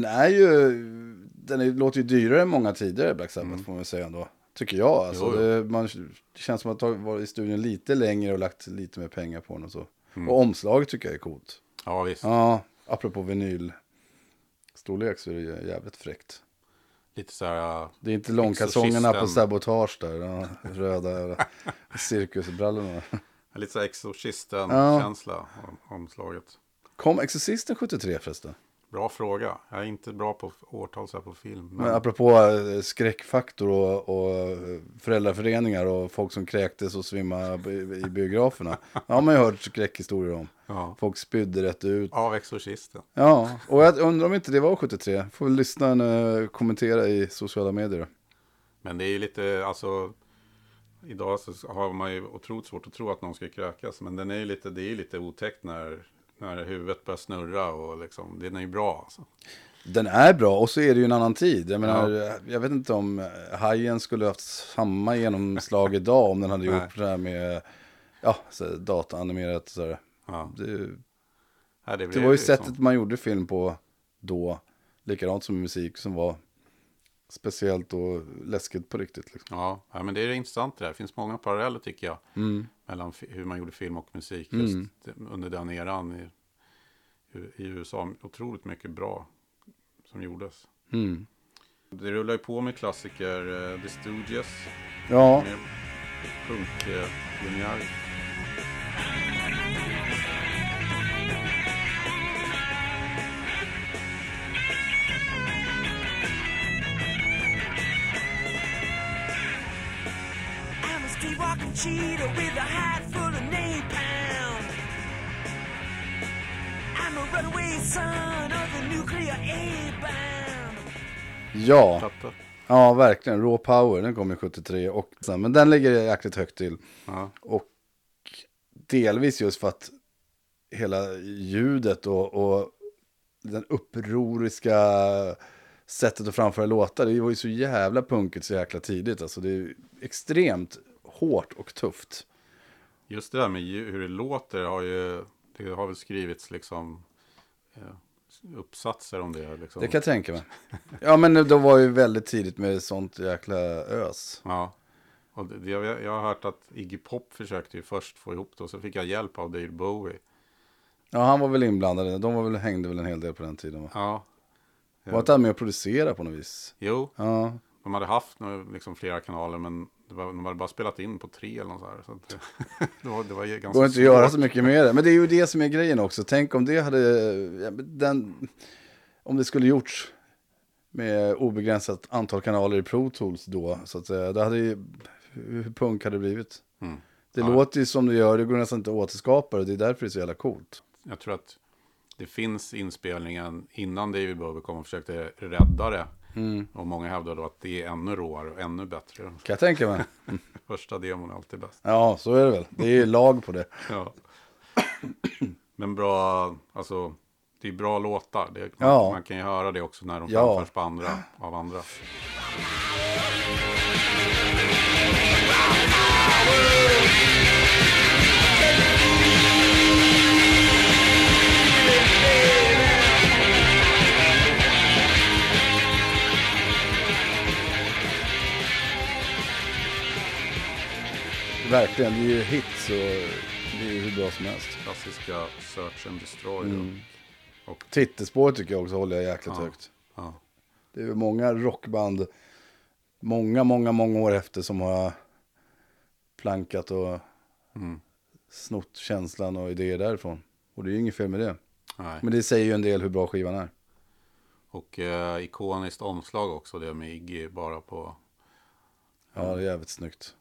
låter ju dyrare än många tidigare Black Sabbath får man säga ändå. Tycker jag. Alltså, det känns som att ha varit i studion lite längre och lagt lite mer pengar på den och så. Och omslaget tycker jag är coolt. Ja, visst. Ja, apropå vinylstorlek så är det jävligt fräckt. Lite så här... Det är inte långkalsongerna på Sabotage där. Röda cirkusbrallorna. Lite så här Exorcisten-känsla omslaget. Kom Exorcisten 73 förresten? Bra fråga. Jag är inte bra på årtal så här på film. Men apropå skräckfaktor och föräldraföreningar och folk som kräktes och svimmade i biograferna. Ja, man har ju hört skräckhistorier om. Ja. Folk spydde rätt ut. Av Exorcisten. Ja, och jag undrar om inte det var 73. Får väl lyssna och kommentera i sociala medier. Men det är ju lite, alltså... Idag så har man ju otroligt svårt att tro att någon ska kräkas. Men det är ju lite otäckt när huvudet börjar snurra och liksom, den är ju bra alltså. Den är bra och så är det ju en annan tid. Jag menar, jag vet inte om Hajen skulle haft samma genomslag idag om den hade gjort det här med så dataanimerat så här. Ja. Det var ju liksom sättet man gjorde film på då, likadant som musik som var speciellt och läskigt på riktigt. Liksom. Ja, men det är intressant det där. Det finns många paralleller tycker jag. Mellan hur man gjorde film och musik just under den eran i USA. Otroligt mycket bra som gjordes. Det rullar ju på med klassiker. The Stooges. Ja. Med punklinjär. Walking cheetah with a hat full of napalm. I'm a runaway son of the nuclear A-bomb. Ja, verkligen. Raw Power, den kom i 73. Men den ligger jäkligt högt till. Och delvis just för att hela ljudet och den upproriska sättet att framföra låtar, det var ju så jävla punkigt så jäkla tidigt. Alltså det är extremt hårt och tufft. Just det där med hur det låter det har väl skrivits liksom uppsatser om det liksom. Det kan jag tänka mig. Ja, men då var ju väldigt tidigt med sånt jäkla ös. Ja. Och jag har hört att Iggy Pop försökte ju först få ihop det och så fick jag hjälp av David Bowie. Ja, han var väl inblandad. Hängde väl en hel del på den tiden. Va? Ja. Var inte han med att producera på något vis? Jo. Ja. De hade haft liksom flera kanaler men de hade bara spelat in på 3 eller något så det var ganska går inte att göra så mycket med det. Men det är ju det som är grejen också. Tänk om det om det skulle gjorts med obegränsat antal kanaler i Pro Tools då. Så att säga. Det hade ju, hur punk hade det blivit? Det låter ju som det gör. Det går nästan inte att återskapa det. Det är därför det är så jävla coolt. Jag tror att det finns inspelningen innan David Bowie kom och försökte rädda det. Och många hävdar då att det är ännu råare och ännu bättre. Kan jag tänka mig. Första demon är alltid bäst. Ja, så är det väl. Det är ju lag på det. Ja. Men bra, alltså det är bra låtar. Man kan ju höra det också när de framförs på av andra. Verkligen, det är ju hits och det är ju hur bra som helst. Klassiska Search and Destroy. Och titelspåret tycker jag också håller jag jäkligt högt. Ja. Det är ju många rockband många år efter som har plankat och snott känslan och idéer därifrån. Och det är ju inget fel med det. Nej. Men det säger ju en del hur bra skivan är. Och ikoniskt omslag också, det med Iggy bara på... Ja, det är jävligt snyggt.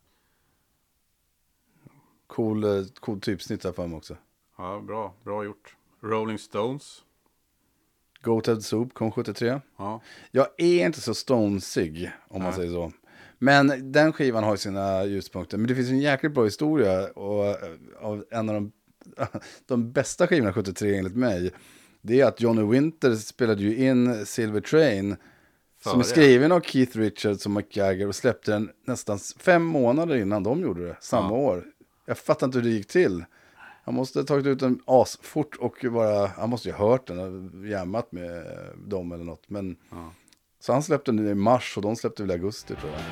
Cool typsnitt här för mig också. Ja, bra gjort. Rolling Stones. Goathead Soup kom 73. Ja. Jag är inte så stonesig, om man säger så. Men den skivan har ju sina ljuspunkter. Men det finns en jäkligt bra historia. Och av en av de bästa skivorna 73 enligt mig. Det är att Johnny Winter spelade ju in Silver Train. Som är skriven av Keith Richards och Mick Jagger. Och släppte den nästan 5 månader innan de gjorde det. Samma år. Jag fattar inte hur det gick till. Han måste ha tagit ut den asfort och han måste ju ha hört den och jämmat med dem eller något. Men, så han släppte den i mars och de släppte väl i augusti tror jag.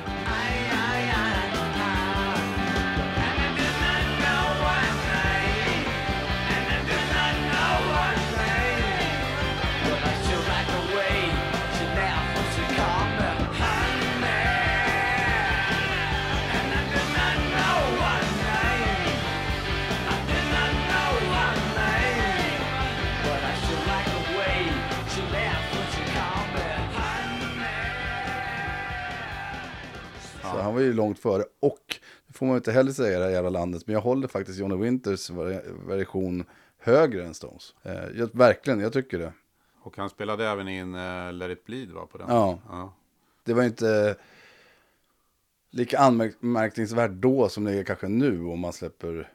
Han var ju långt före och det får man inte heller säga i det här jävla landet, men jag håller faktiskt Johnny Winters version högre än Stones. Jag tycker det. Och han spelade även in Let It Bleed på den. Ja. Det var inte lika anmärkningsvärt då som det är kanske nu om man släpper...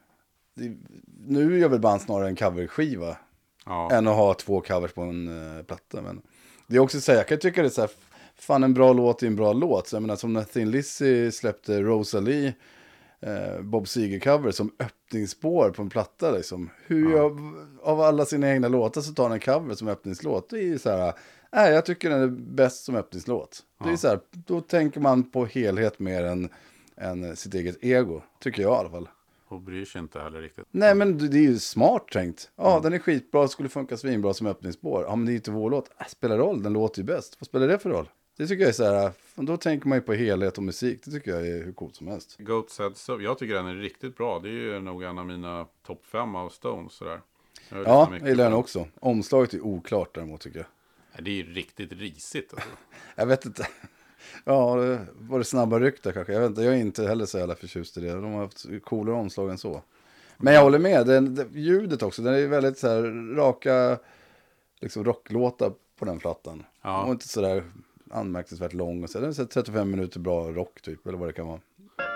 Nu gör väl band snarare en coverskiva än att ha 2 covers på en platta. Men det är också så här, jag kan tycka det är så här, fan en bra låt är en bra låt. Så jag menar som när Thin Lizzy släppte Rosalie, Bob Seger-cover som öppningsspår på en platta liksom. Av alla sina egna låtar så tar han en cover som öppningslåt. Det är ju så här, jag tycker den är bäst som öppningslåt. Det är så här, då tänker man på helhet mer än sitt eget ego, tycker jag i alla fall. Och bryr sig inte heller riktigt. Nej, men det är ju smart tänkt. Den är skitbra, skulle funka svinbra som öppningsspår. Ja, men det är ju inte vår låt. Spelar roll, den låter ju bäst. Vad spelar det för roll? Det tycker jag är så här, då tänker man ju på helhet och musik. Det tycker jag är hur coolt som helst. Goathead Soup, jag tycker den är riktigt bra. Det är ju nog en av mina topp 5 av Stones sådär. Ja, jag gillar den också. Omslaget är oklart däremot tycker jag. Det är ju riktigt risigt. Alltså. Jag vet inte. Ja, var det snabba ryck där kanske? Jag vet inte, jag är inte heller så jävla förtjust i det. De har haft coolare omslag än så. Men jag håller med, ljudet också. Den är väldigt så här raka liksom rocklåtar på den plattan. Och inte så där anmärkningsvärt lång. Och så. Den är 35 minuter bra rock typ, eller vad det kan vara.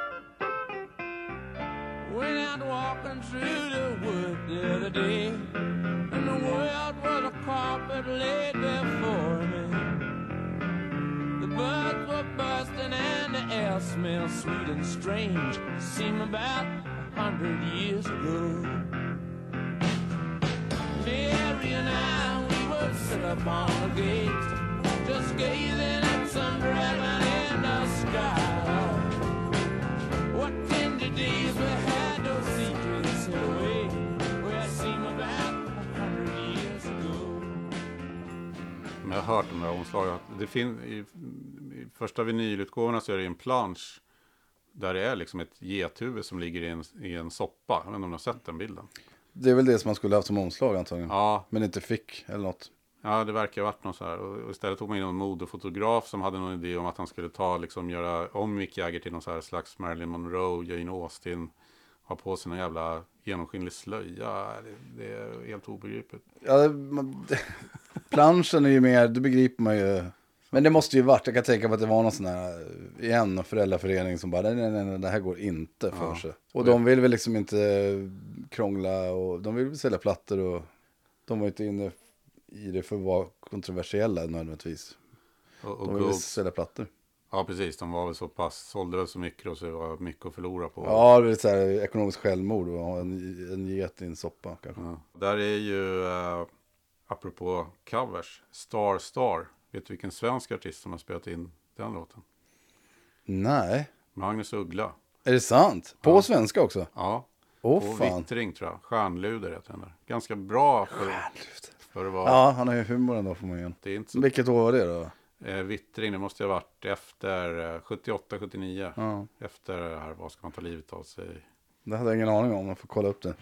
Went out walking through the wood the other day, and the world was a carpet laid before me. The birds were bursting and the air smelled sweet and strange. Seemed about 100 years ago. Mary and I, we would sit up on the gate, just gazing at some dragon in the sky. What tender days we had, those secrets away, where I seem about 100 years ago. Jag har hört de där omslagen. Det finns i första vinylutgåvorna så är det en plansch där det är liksom ett gethuvud som ligger i en soppa. Jag vet inte om du har sett den bilden. Det är väl det som man skulle haft som omslag antagligen. Ja. Men inte fick eller något. Ja, det verkar ha varit något så här. Och istället tog man in en modefotograf som hade någon idé om att han skulle göra om Mick Jagger till någon så här slags Marilyn Monroe, Jane Austen. Ha på sig någon jävla genomskinlig slöja. Det är helt obegripligt. Ja, planschen är ju mer, det begriper man ju Men det måste ju varit, jag kan tänka på att det var någon sån här, igen, föräldraförening som bara, nej, det här går inte för sig. Och de vill väl liksom inte krångla och de vill väl sälja plattor och de var inte inne i det för att vara kontroversiella nödvändigtvis. Och de vill sälja plattor. Ja, precis. De var väl så pass, sålde väl så mycket och så det var mycket att förlora på. Ja, det är så här ekonomiskt självmord och ha en get i en soppa kanske. Ja. Där är ju, apropå covers, Star. Vet du vilken svensk artist som har spelat in den låten? Nej. Magnus Uggla. Är det sant? På svenska också? Ja. Åh på fan. Vittring tror jag. Stjärnluder heter den där. Ganska bra för att vara... Ja, han har ju humoren då får man igen. Det är inte så... Vilket år var det då? Vittring, det måste ha varit efter 78-79. Ja. Efter det här, vad ska man ta livet av sig? Det hade jag ingen aning om, man får kolla upp det.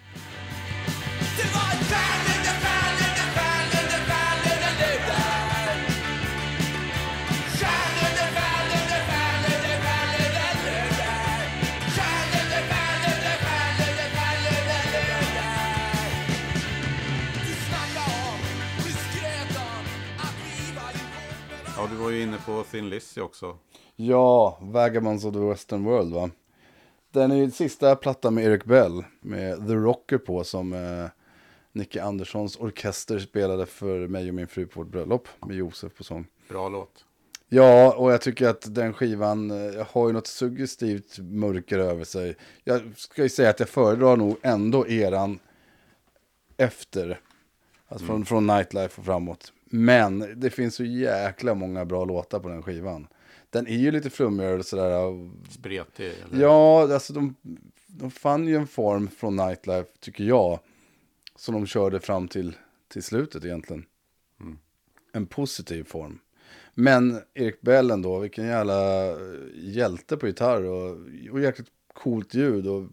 Ja, du var ju inne på Thin Lizzy också. Ja, Vagabonds of the Western World va. Den är ju sista plattan med Eric Bell med The Rocker på som Nicky Anderssons orkester spelade för mig och min fru på vårt bröllop med Josef på sång. Bra låt. Ja, och jag tycker att den skivan har ju något suggestivt mörker över sig. Jag ska ju säga att jag föredrar nog ändå eran efter. Alltså från Nightlife och framåt. Men det finns så jäkla många bra låtar på den skivan. Den är ju lite flummigare och sådär. Spretig? Eller? Ja, alltså de fann ju en form från Nightlife, tycker jag. Som de körde fram till slutet egentligen. Mm. En positiv form. Men Eric Bell ändå, vilken jävla hjälte på gitarr och jäkligt coolt ljud. Och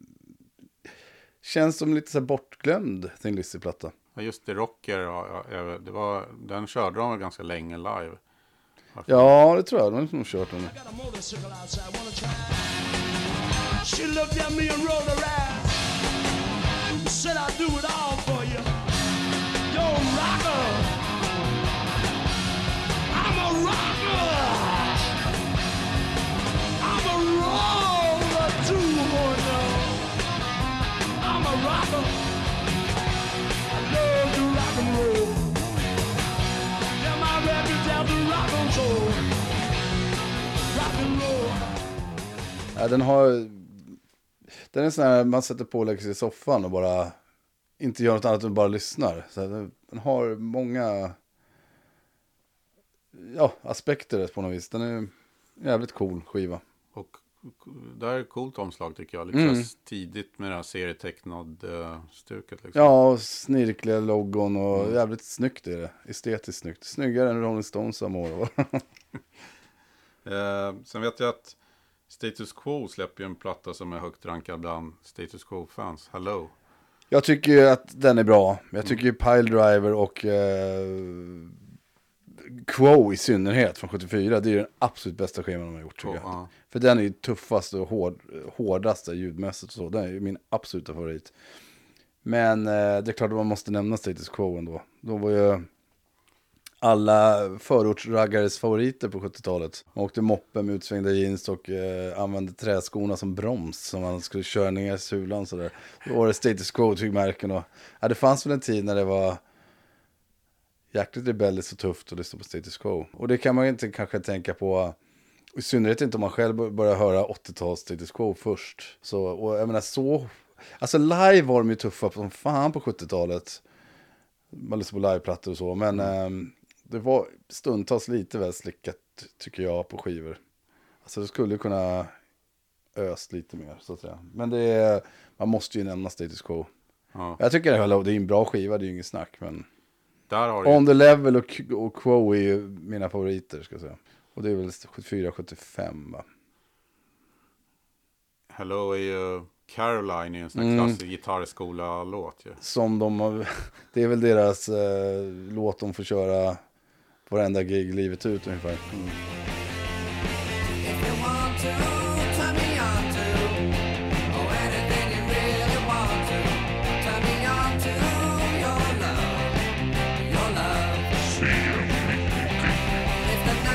känns som lite så här bortglömd Thin Lizzy-platta. Ja, just det, Rocker, den körde de ganska länge live. Ja, det tror jag. De har nog kört den. She looked at me and rolled her eyes. Said I'd do it all for you. You're a rocker. I'm a rocker. I'm a roller too, boy. I'm a rocker. I love to rock and roll. Yeah, my records have to rock and roll. Rock and roll. Ja, den är sån här man sätter på och lägger sig i soffan och bara inte gör något annat än bara lyssnar. Så den har många aspekter på något vis. Den är en jävligt cool skiva. Och det är ett coolt omslag tycker jag. Lite så tidigt med det här serietecknad stuket. Liksom. Ja, och snirkliga logon och jävligt snyggt är det. Estetiskt snyggt. Snyggare än Rolling Stones samma år. Sen vet jag att Status Quo släpper ju en platta som är högt rankad bland Status Quo-fans. Hello. Jag tycker ju att den är bra. Jag tycker ju Pile Driver och Quo i synnerhet från 74. Det är den absolut bästa skivan de har gjort tycker jag. För den är ju tuffast och hårdaste ljudmässigt och så. Den är ju min absoluta favorit. Men det är klart att man måste nämna Status Quo ändå. De var ju alla förortsraggares favoriter på 70-talet. Man åkte moppe med utsvängda jeans och använde träskorna som broms som man skulle köra ner sulan så där. Då var det Status Quo-tygmärken och det fanns väl en tid när det var jäkligt rebelliskt och tufft att lyssna på Status Quo. Och det kan man ju inte kanske tänka på, i synnerhet inte om man själv börjar höra 80-tals Status Quo först. Så, och jag menar så, alltså live var de ju tuffa som fan på 70-talet. Man lyssnar på liveplattor och så, men det var stundtals lite väl slickat tycker jag på skivor. Alltså det skulle kunna öst lite mer så att säga. Men man måste ju nämna Status Quo. Ja. Jag tycker det är en bra skiva, det är ju inget snack, men där har On the Level och Quo är ju mina favoriter ska jag säga. Och det är väl 74-75 va? Hello är ju Caroline i en sån här klassisk gitarrskola-låt ju. Som det är väl deras låt de får köra varenda gig livet ut ungefär. If the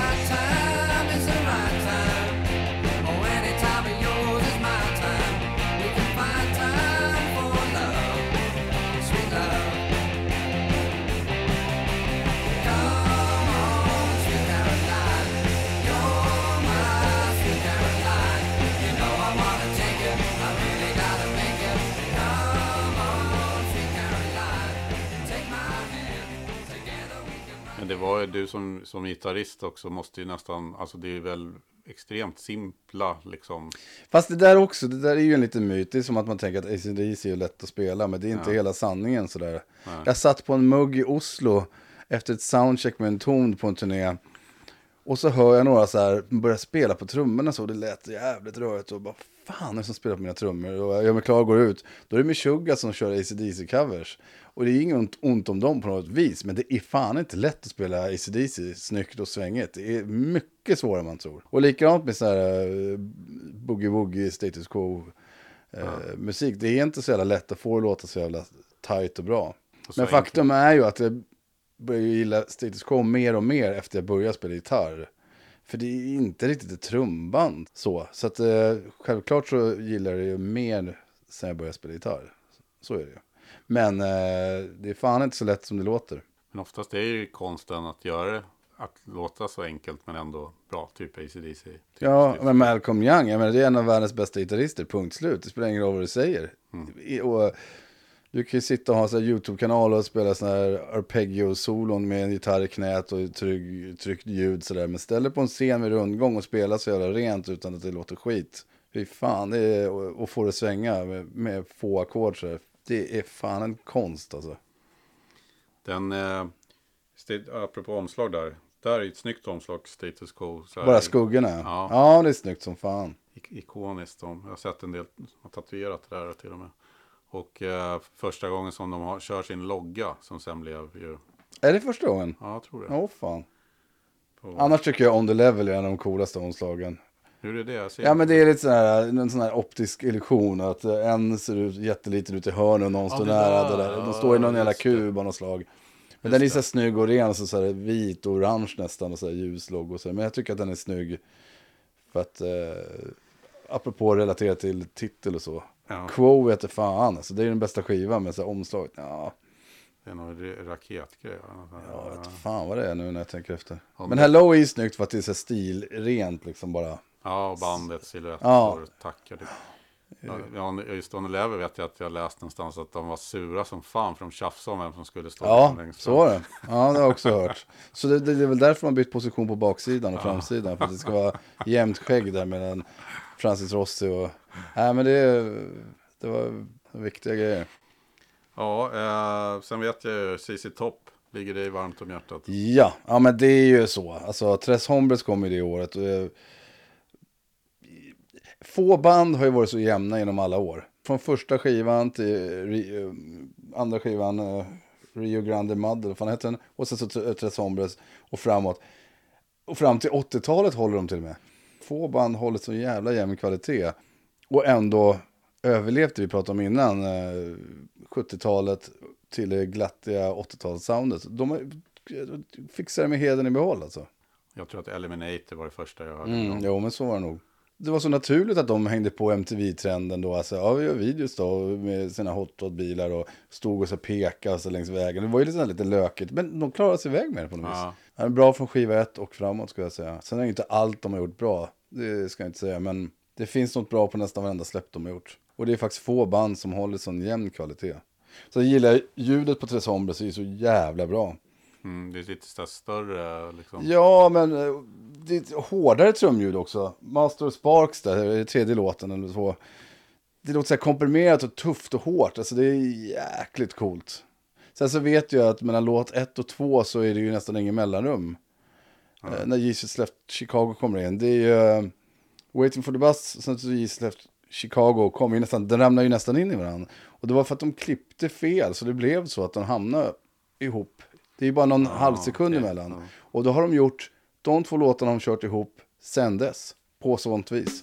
menar, du som gitarrist också måste ju nästan, alltså det är väl extremt simpla liksom. Fast det där är ju en liten myt. Det är som att man tänker att AC/DC är lätt att spela, men det är inte hela sanningen sådär. Nej. Jag satt på en mugg i Oslo efter ett soundcheck med en ton på en turné. Och så hör jag några så här börja spela på trummorna så det lät jävligt rörigt och bara fan är det som spelar på mina trummor och jag gör mig klar och går ut. Då är det Meshuggah som kör AC/DC-covers. Och det är inget ont om dem på något vis, men det är fan inte lätt att spela AC/DC snyggt och svängigt. Det är mycket svårare än man tror. Och likadant med så här boogie-woogie, status quo musik. Det är inte så jävla lätt att få det låta så jävla tight och bra. Men faktum är ju att jag börjar gilla status quo mer och mer efter jag började spela gitarr. För det är inte riktigt ett trumband så att självklart så gillar jag det ju mer sen jag började spela gitarr. Så är det ju. Men det är fan inte så lätt som det låter. Men oftast är ju konsten att göra det, att låta så enkelt men ändå bra, typ AC/DC. Typ ja, men Malcolm Young, jag menar, det är en av världens bästa gitarrister, punkt slut. Det spelar ingen roll vad du säger. Och du kan ju sitta och ha en YouTube-kanal och spela sån här arpeggio-solon med en gitarr i knät och tryggt ljud sådär. Men ställ dig på en scen med rundgång och spela så jävla rent utan att det låter skit. Fy fan, det är, och få det svänga med få ackord så här. Det är fan en konst alltså. Den, apropå omslag där är ett snyggt omslag, status quo. Så här, bara skuggorna? Ja, det är snyggt som fan. Ikoniskt. Jag har sett en del som har tatuerat det där till och med. Och första gången som de kör sin logga som sen blev ju... Är det första gången? Ja, jag tror det. Åh fan. Annars tycker jag On The Level är en av de coolaste omslagen. Hur är det? Jag ser ja, men det är lite en sån här optisk illusion. Att en ser ut jätteliten ut i hörnen och någon står nära det där. De står i någon jävla kub av något slag. Men den är så snygg och ren, så här vit och orange nästan och så här ljuslogg och så. Men jag tycker att den är snygg för att apropå relatera till titel och så. Ja. Quo heter fan, alltså det är den bästa skivan med så här omslaget. Ja. Det är någon raketgrej. Ja, jag vet fan vad det är nu när jag tänker efter. Men Hello är snyggt för att det är så stilrent liksom bara. Ja, och bandet silhuett och tackar. Ja, just On The Level vet jag att jag läst någonstans att de var sura som fan för de tjafsade om vem som skulle stå längst fram. Så var det. Ja, det har jag också hört. Så det är väl därför man bytt position på baksidan och framsidan. För att det ska vara jämnt skägg där mellan Francis Rossi och... Nej, men det var viktiga grejer. Ja, sen vet jag ju ZZ Top ligger det varmt om hjärtat. Ja, men det är ju så. Alltså, Tres Hombres kom ju det året. Och, få band har ju varit så jämna genom alla år. Från första skivan till andra skivan, Rio Grande Mud, vad fan heter den? Och sen så Tres Hombres och framåt. Och fram till 80-talet håller de till och med. Få band håller så jävla jämn kvalitet. Och ändå överlevde, vi pratade om innan, 70-talet till det glattiga 80-talssoundet. De fixar det med heden i behåll alltså. Jag tror att Eliminator var det första jag hörde. Jo, men så var det nog. Det var så naturligt att de hängde på MTV-trenden då. Alltså, vi gör videos då med sina hot-rod-bilar och stod och så pekade så längs vägen. Det var ju lite lökigt, men de klarade sig iväg med det på något vis. Det är bra från skiva 1 och framåt, ska jag säga. Sen är det inte allt de har gjort bra, det ska jag inte säga. Men det finns något bra på nästan varenda släpp de har gjort. Och det är faktiskt få band som håller sån jämn kvalitet. Så jag gillar ljudet på Tres Hombres, det är så jävla bra. Det är lite större liksom. Ja, men det är ett hårdare trumljud också. Master of Sparks där, det är tredje låten eller så. Det låter så här komprimerat och tufft och hårt. Alltså det är jäkligt coolt. Sen så vet jag att mellan låt 1 och 2 så är det ju nästan ingen mellanrum. När Jesus Left Chicago kommer in. Det är ju Waiting for the Bus, sen så Jesus Left Chicago kommer ju nästan, den ramlar ju nästan in i varandra. Och det var för att de klippte fel, så det blev så att de hamnade ihop. Det är ju bara någon halvsekund emellan. Och då har de gjort, de 2 låtarna har de kört ihop sen dess. På sånt vis.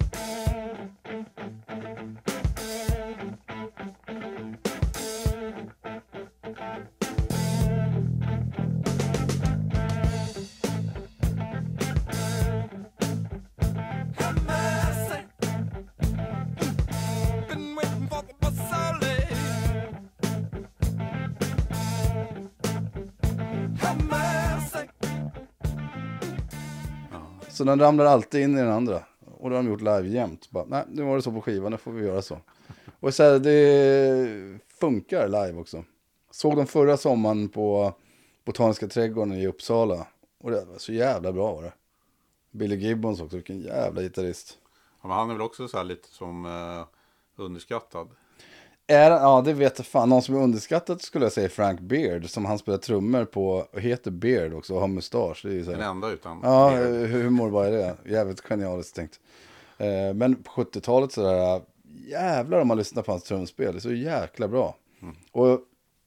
Så den ramlar alltid in i den andra. Och då har de gjort live jämt. Bara, nej, nu var det så på skivan, nu får vi göra så. Och så här, det funkar live också. Såg de förra sommaren på Botaniska trädgården i Uppsala. Och det var så jävla bra var det. Billy Gibbons också, vilken jävla gitarrist. Ja, men han är väl också så här lite som underskattad. Ja, det vet jag fan. Någon som är underskattad skulle jag säga Frank Beard. Som han spelar trummor på. Och heter Beard också och har mustasch. Det är ju så här. Den enda utan Ja, Beard. hur mår bara det? Jävligt genialiskt tänkt. Men på 70-talet sådär. Jävlar om man lyssnar på hans trumspel. Det är så jäkla bra. Och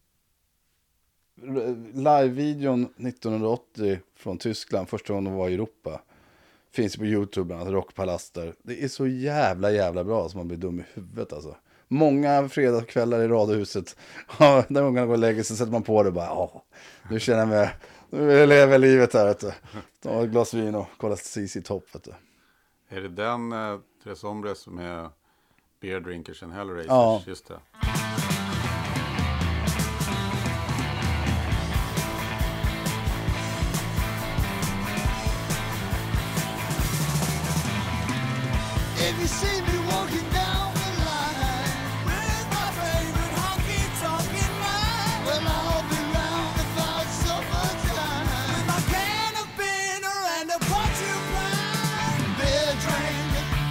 live-videon 1980 från Tyskland. Första gången de var i Europa. Finns på YouTube bland annat. Rockpalaster. Det är så jävla bra som man blir dum i huvudet alltså. Många fredagskvällar i radhuset. Ja, när ungarna går och lägger sig sätter man på det och bara, nu känner jag mig, nu lever jag livet här, vet du. Ta ett glas vin och kolla CC Top, vet du. Är det den Tres Hombres som är Beer Drinkers and Hellraisers? Ja. Just det. If you see me walking down the line, with my favorite honky-tonkin' ride, well, I'll be round about summertime, with my can of bitter and a porcupine, beer drink,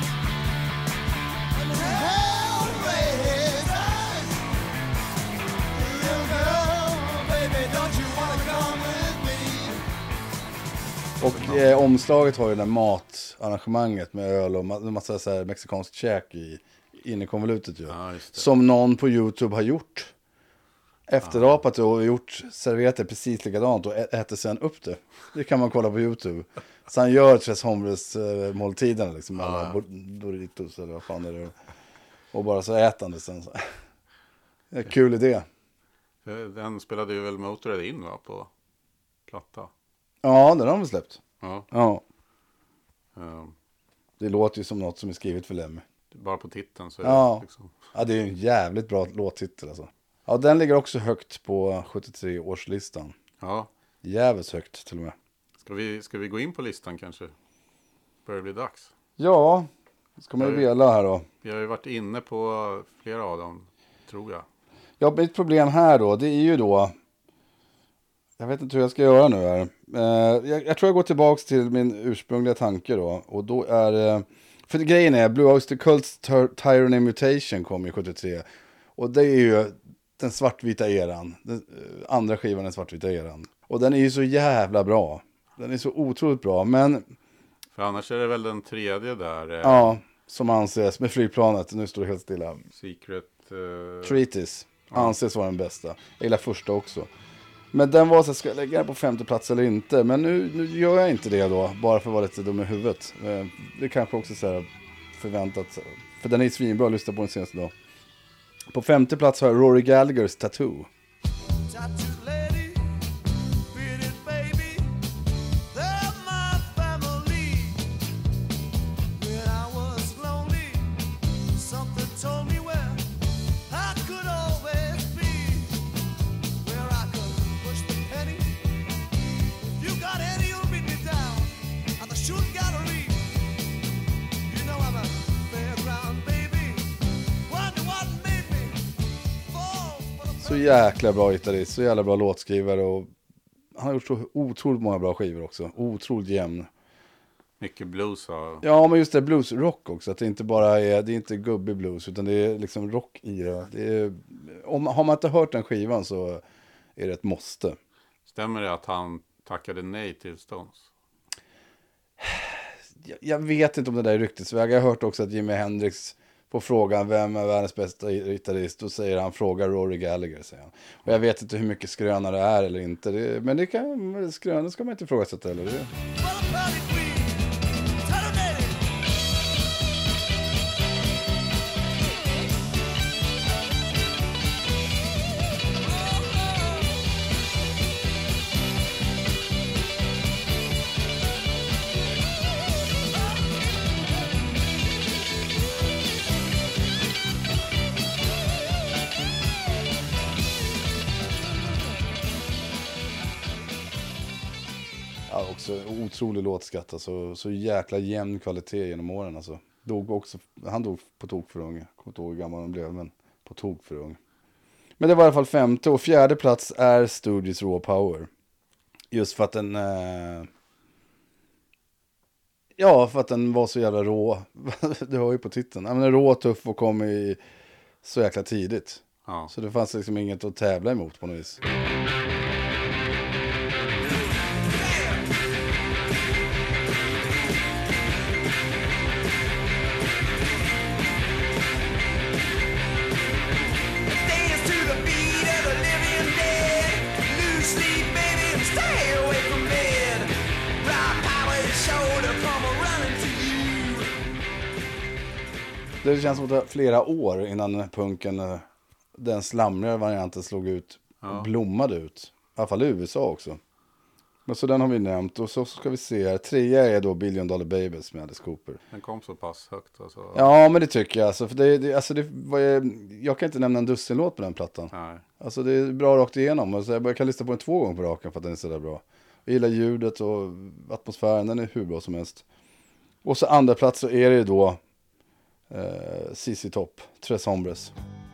and hellraisers. Little girl, baby, don't you wanna come with me? Och omslaget har ju det där matarrangemanget med öl och massa så här mexikansk käk inne i konvolutet ju. Ja, just det. Som någon på YouTube har gjort. Efterapat och gjort, serverat det precis likadant och äter sen upp det. Det kan man kolla på YouTube. Så han gör Tres Hombres måltiderna liksom. Alla Doritos eller vad fan är det. Och bara så äter han det sen. Så. Det är en kul idé. Den spelade ju väl Motörhead in va, på platta. Ja, den har vi släppt. Ja. Det låter ju som något som är skrivet för Lemmy. Bara på titeln så är det liksom. Ja, det är en jävligt bra låttitel alltså. Ja, den ligger också högt på 73-årslistan. Ja. Jävligt högt till och med. Ska vi gå in på listan kanske? Börjar det bli dags? Ja, ska man ju vela här då. Vi har ju varit inne på flera av dem, tror jag. Ja, mitt problem här då, det är ju då... Jag vet inte hur jag ska göra nu här. Jag tror jag går tillbaka till min ursprungliga tanke då. Och då är... För grejen är, Blue Oyster Cult's Tyranny Mutation kom i 73. Och det är ju den svartvita eran. Den andra skivan den svartvita eran. Och den är ju så jävla bra. Den är så otroligt bra, men... För annars är det väl den tredje där. Ja, som anses med flygplanet. Nu står det helt stilla. Secret... Treatise anses vara den bästa. Jag gillar första också. Men den var så ska jag lägga den på 5:e plats eller inte. Men nu gör jag inte det då. Bara för att vara lite dum i huvudet. Det kanske också så här förväntat. För den är svinbra att lyssna på den senaste dag. På 5:e plats har jag Rory Gallaghers Tattoo. Tattoo lady, pretty baby, they're my family. When I was lonely, something told me where I could always be, where I could push the penny. If you got any, you'll meet me down at the shooting gallery. You know I'm a fairground baby. Wonder what made me fall for the Så jäkla bra gitarrist. Så jävla bra låtskrivare. Och han har gjort så otroligt många bra skivor också. Otroligt jämn. Mycket blues och... Ja, men just det, bluesrock också. Att det inte bara är, det är inte gubbig blues, utan det är liksom rock i det. Det är, har man inte hört den skivan så är det ett måste. Stämmer det att han tackade nej till Stones? Jag vet inte om det där är ryktesväg. Jag har hört också att Jimi Hendrix på frågan vem är världens bästa gitarrist, då säger han frågar Rory Gallagher, säger han. Och jag vet inte hur mycket skröna det är eller inte. Men det kan, skröna ska man inte ifrågasätta heller. What about it, we? Terminated. Ja, också otrolig låtskatt. Alltså, så jäkla jämn kvalitet genom åren. Alltså. Han dog på tok för ung. Jag kommer inte ihåg hur gammal han blev, men på tok för ung. Men det var i alla fall 5:e och 4:e plats är Stooges Raw Power. Just för att Ja, för att den var så jävla rå. Du hör ju på titeln. Den är rå, tuff och kom i så jäkla tidigt. Ja. Så det fanns liksom inget att tävla emot på något vis. Det känns som att det var flera år innan punken, den slamrigare varianten, slog ut och blommade ut. I alla fall i USA också. Men så den har vi nämnt. Och så ska vi se här. 3 är då Billion Dollar Babies med Alice Cooper. Den kom så pass högt. Alltså. Ja, men det tycker jag. Alltså, för jag kan inte nämna en dussinlåt på den plattan. Nej. Alltså det är bra rakt igenom. Alltså, jag kan lyssna på den 2 gånger på raken för att den är så där bra. Jag gillar ljudet och atmosfären. Den är hur bra som helst. Och så andra plats så är det då ZZ Top, Tres Hombres.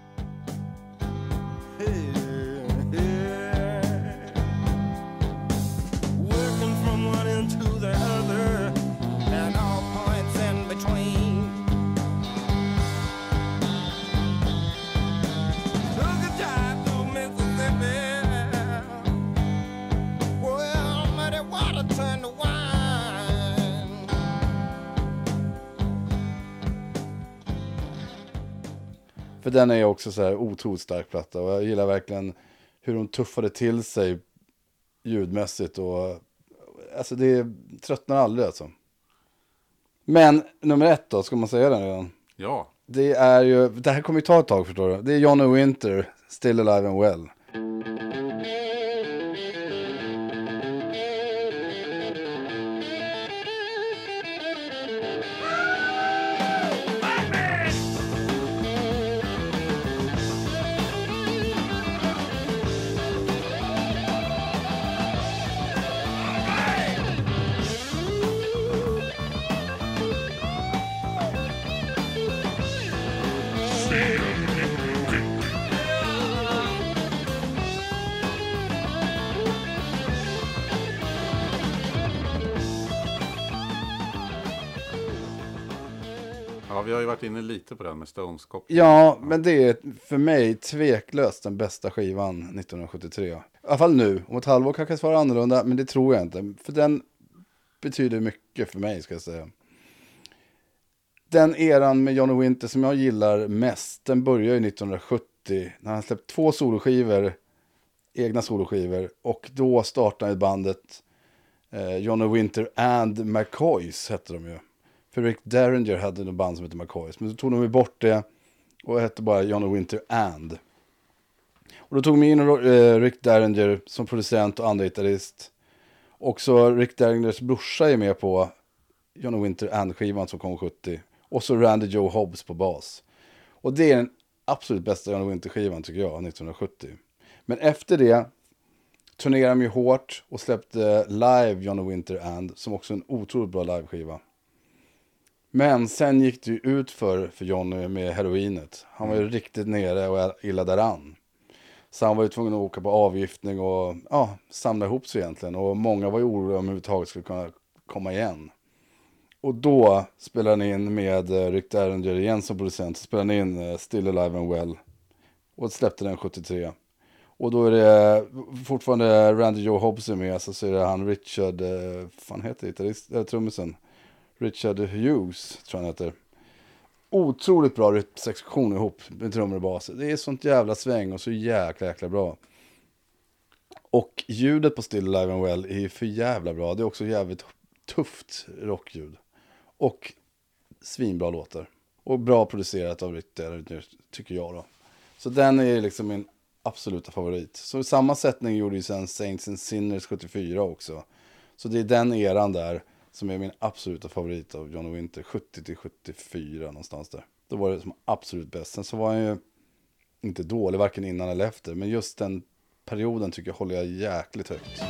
För den är också så här otroligt stark platta. Och jag gillar verkligen hur de tuffade till sig ljudmässigt. Och, alltså det tröttnar aldrig alltså. Men nummer 1 då, ska man säga den redan? Ja. Det här kommer ju ta ett tag, förstår du. Det är Johnny Winter, Still Alive and Well. Ja, vi har ju varit inne lite på den med Stones-koppling. Ja, men det är för mig tveklöst den bästa skivan 1973. I alla fall nu. Om ett halvår kanske det svara annorlunda, men det tror jag inte. För den betyder mycket för mig, ska jag säga. Den eran med Johnny Winter som jag gillar mest, den börjar ju 1970. När han släppte 2 soloskivor, egna soloskivor. Och då startade bandet Johnny Winter and McCoys, hette de ju. För Rick Derringer hade en band som heter McCoys. Men så tog de ju bort det och hette bara Johnny Winter and. Och då tog de in Rick Derringer som producent och andra gitarrist. Och så Rick Derringers brorsa är med på Johnny Winter and-skivan som kom 70. Och så Randy Joe Hobbs på bas. Och det är den absolut bästa Johnny Winter-skivan tycker jag, 1970. Men efter det turnerade de ju hårt och släppte live Johnny Winter and, som också är en otroligt bra live-skiva. Men sen gick det ju ut för Johnny med heroinet. Han var ju riktigt nere och illa däran. Så han var ju tvungen att åka på avgiftning och samla ihop sig egentligen. Och många var ju oroliga om överhuvudtaget skulle kunna komma igen. Och då spelade han in med Rick Derringer igen som producent. Spelade han in Still Alive and Well. Och släppte den 73. Och då är det fortfarande Randy Joe Hobbs med. Så är det han Richard, fan heter trummisen. Richard Hughes tror han heter. Otroligt bra rytmsektion ihop med trummor och bas. Det är sånt jävla sväng och så jäkla bra. Och ljudet på Still Alive and Well är för jävla bra. Det är också jävligt tufft rockljud. Och svinbra låtar. Och bra producerat av Rick Derringer, tycker jag då. Så den är liksom min absoluta favorit. Så samma sättning gjorde ju sen Saints and Sinners 74 också. Så det är den eran där som är min absoluta favorit av Johnny Winter. 70-74 någonstans där. Då var det som absolut bäst. Sen så var han ju inte dålig varken innan eller efter. Men just den perioden tycker jag håller jag jäkligt högt.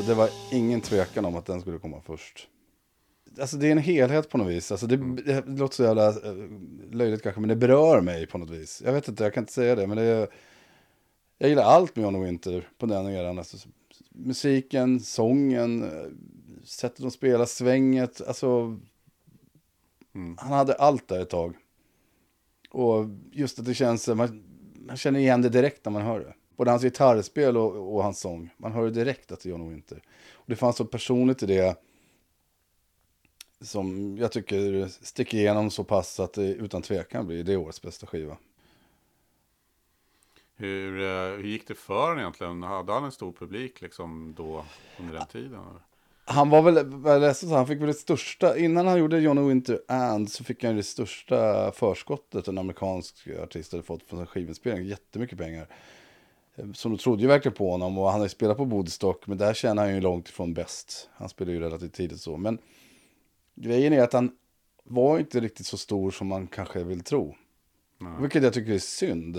det var ingen tvekan om att den skulle komma först. Alltså det är en helhet på något vis. Alltså det låter så jävla löjligt kanske, men det berör mig på något vis. Jag vet inte, jag kan inte säga det, men jag gillar allt med John Winter på den eran. Alltså, musiken, sången, sättet de spelar, svänget, alltså han hade allt där ett tag. Och just att det känns, man känner igen det direkt när man hör det. Både hans gitarrspel och hans sång. Man hör det direkt att det är John Winter. Och det fanns så personligt i det som jag tycker sticker igenom så pass att det utan tvekan blir det årets bästa skiva. Hur gick det för honom egentligen? Hade han en stor publik liksom då under den tiden? Han var väl, han fick väl det största, innan han gjorde John Winter And så fick han det största förskottet en amerikansk artist hade fått från sin skivinspelning, jättemycket pengar. Så de trodde ju verkligen på honom och han hade spelat på Woodstock, men där känner han ju långt ifrån bäst. Han spelade ju relativt tidigt så, men grejen är att han var inte riktigt så stor som man kanske vill tro. Vilket jag tycker är synd.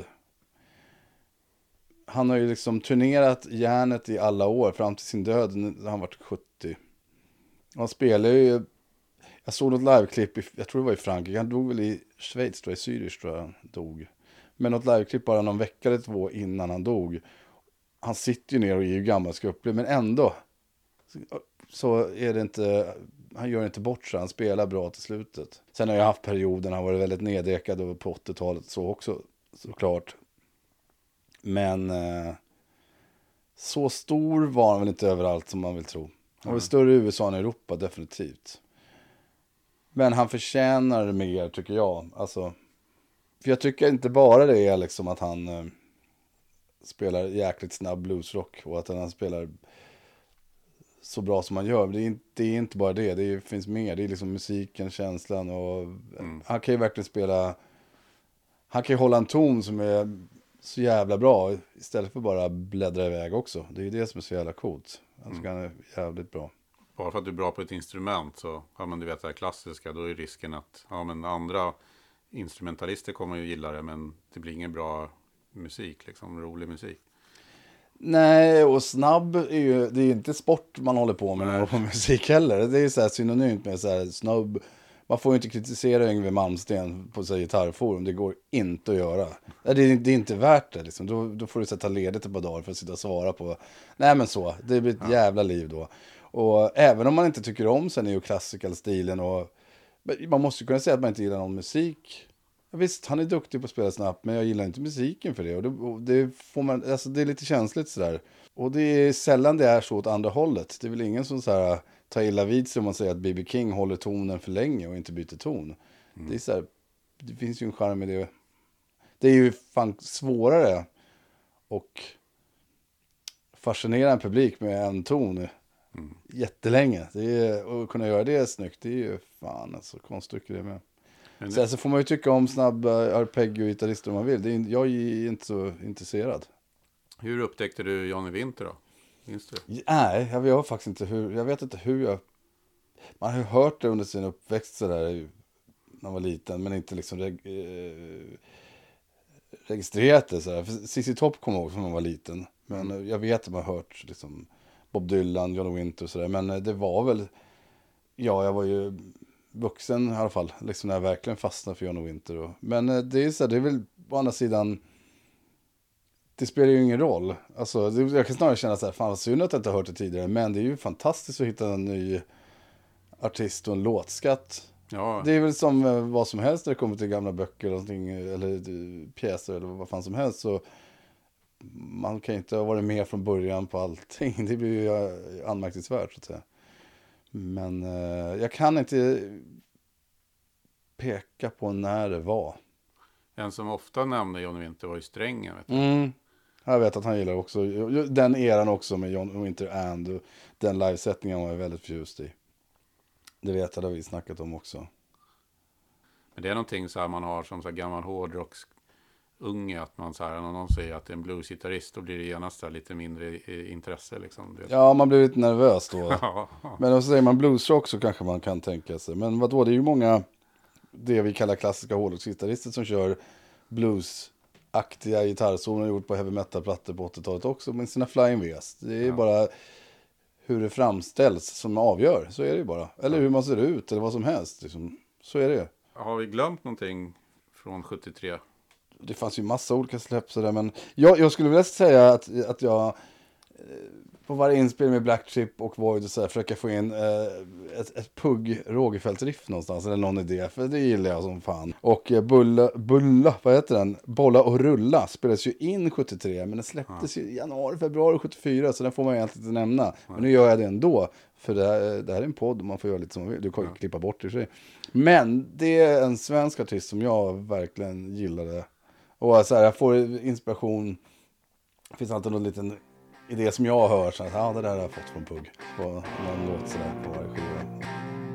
Han har ju liksom turnerat järnet i alla år fram till sin död när han var 70. Han spelar ju, jag såg något liveklipp, jag tror det var i Frankrike, han dog väl i Schweiz, tror jag, i Zürich tror jag han dog. Men något liveklipp bara någon vecka eller 2 innan han dog. Han sitter ju ner och är ju gammal skröplig, men ändå så är det inte, han gör inte bort sig, han spelar bra till slutet. Sen har jag haft perioden, han var väldigt neddekad på 80-talet så också, såklart. Men så stor var han väl inte överallt som man vill tro. Han var större i USA än i Europa, definitivt. Men han förtjänar mer, tycker jag. Alltså, för jag tycker inte bara det är liksom att han spelar jäkligt snabb bluesrock och att han spelar så bra som han gör. Det är inte bara det finns mer. Det är liksom musiken, känslan och han kan ju verkligen spela, han kan ju hålla en ton som är så jävla bra istället för bara bläddra iväg också. Det är ju det som är så jävla coolt. Jag tycker han är jävligt bra. Bara för att du är bra på ett instrument så, ja men du vet det här klassiska, då är risken att andra instrumentalister kommer ju gilla det, men det blir ingen bra musik, liksom rolig musik. Nej, och snabb är ju, det är inte sport man håller på med när man håller på musik heller. Det är ju så här synonymt med så här snabb. Man får ju inte kritisera Yngwie Malmsteen på sig gitarrforum. Det går inte att göra. Det är inte värt det. Liksom. Då får du sätta ledigt ett par dagar för att sitta och svara på. Nej men så, det blir ett jävla liv då. Och även om man inte tycker om sen är ju classical-stilen och man måste ju kunna säga att man inte gillar någon musik. Ja, visst, han är duktig på att spela snabbt, men jag gillar inte musiken för det. Och det får man, alltså det är lite känsligt sådär. Och det är sällan det är så åt andra hållet. Det är väl ingen som så här tar illa vid sig om man säger att B.B. King håller tonen för länge och inte byter ton. Det är så här, det finns ju en charm i det. Det är ju fan svårare och fascinera en publik med en ton jättelänge. Det är, och kunna göra det snyggt, det är ju fan alltså konststycke det med. Sen så får man ju tycka om snabb arpeggio-gitarrister om man vill. Jag är inte så intresserad. Hur upptäckte du Johnny Winter då? Minns du? Nej, jag vet faktiskt inte hur. Jag vet inte hur jag... Man har ju hört det under sin uppväxt sådär när man var liten, men inte liksom registrerat det sådär. CC Top kom ihåg som man var liten. Men jag vet att man har hört liksom Bob Dylan, Johnny Winter och sådär. Men det var väl... Ja, jag var ju vuxen i alla fall. Liksom när jag verkligen fastnade för Johnny Winter. Men det är så, det är väl på andra sidan... Det spelar ju ingen roll. Alltså, jag kan snarare känna så här, fan vad synd att jag inte har hört det tidigare. Men det är ju fantastiskt att hitta en ny artist och en låtskatt. Ja. Det är väl som vad som helst när det kommer till gamla böcker eller pjäser eller vad fan som helst. Så man kan inte ha varit med från början på allting. Det blir ju anmärkningsvärt så att säga. Men jag kan inte peka på när det var. En som ofta nämnde Johnny Winter var ju Strängen. Vet du? Jag vet att han gillar också den eran också med Johnny Winter and och den livesättningen var jag väldigt förtjust i. Det vet jag, det har vi snackat om också. Men det är någonting så här man har som så här gammal hårdrocksunge, att man så här, när någon säger att det är en bluesgitarrist, då blir det genast lite mindre intresse liksom. Ja, man blir lite nervös då. Ja. Men om så säger man bluesrock så kanske man kan tänka sig. Men vadå, det är ju många det vi kallar klassiska hårdrocksgitarrister som kör bluesaktiga gitarrsolon gjort på heavy metal-plattor på 80-talet också med sina Flying Vs. Det är bara hur det framställs som avgör. Så är det ju bara. Eller hur man ser ut eller vad som helst. Liksom. Så är det ju. Har vi glömt någonting från 73? Det fanns ju massa olika släpp sådär, men jag skulle vilja säga att jag på varje inspel med Black Chip och Void och så här, försöka få in ett Pugg Rogefeldt-riff någonstans eller någon idé, för det gillar jag som fan. Och Bulla, vad heter den? Bolla och rulla spelades ju in 73, men den släpptes ju i januari, februari 74, så den får man egentligen inte nämna. Men nu gör jag det ändå, för det här är en podd och man får göra lite som man vill. Du kan ju klippa bort det i sig. Men det är en svensk artist som jag verkligen gillade. Och så här, jag får inspiration. Det finns alltid någon liten idé som jag hör. Så att, det där har jag fått från Pugg. På någon låt sådär på varje skiva.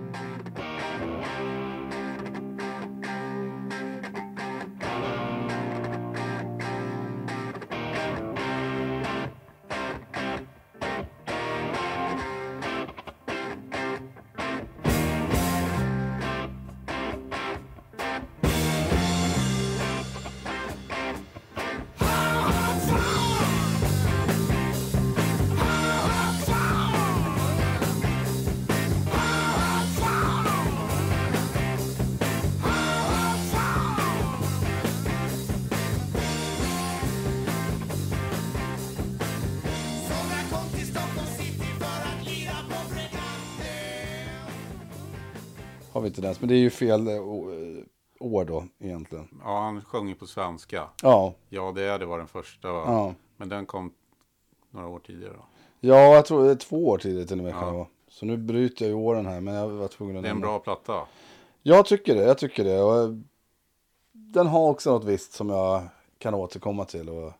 Har vi inte den, men det är ju fel år då egentligen. Ja, han sjöng ju på svenska. Ja. Ja, det var den första. Ja. Men den kom några år tidigare då. Ja, jag tror det är 2 år tidigare till och med. Ja. Så nu bryter jag ju åren här, men jag var tvungen att... Det är en bra platta. Jag tycker det. Och den har också något visst som jag kan återkomma till. Och,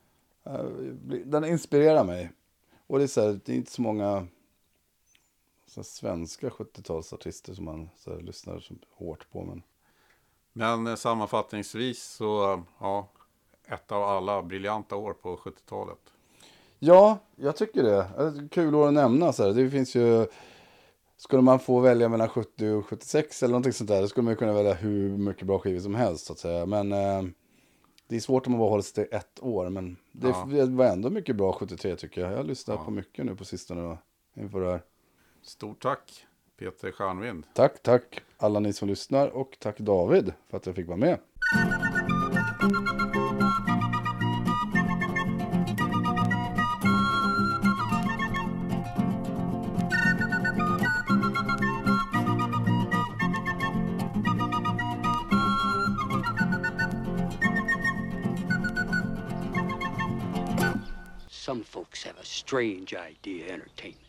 den inspirerar mig. Och det är, så här, det är inte så många så här, svenska 70-talsartister som man så här, lyssnar så hårt på. Men sammanfattningsvis så, ja, ett av alla briljanta år på 70-talet. Ja, jag tycker det. Kul år att nämna. Så här. Det finns ju... Skulle man få välja mellan 70 och 76 eller någonting sånt där, då skulle man kunna välja hur mycket bra skivor som helst så att säga. Men det är svårt om man bara håller sig till 1 år. Men det var ändå mycket bra 73 tycker jag. Jag har lyssnat på mycket nu på sistone då, inför det här. Stort tack Peter Stjärnvind. Tack alla ni som lyssnar och tack David för att jag fick vara med. Some folks have a strange idea of entertainment.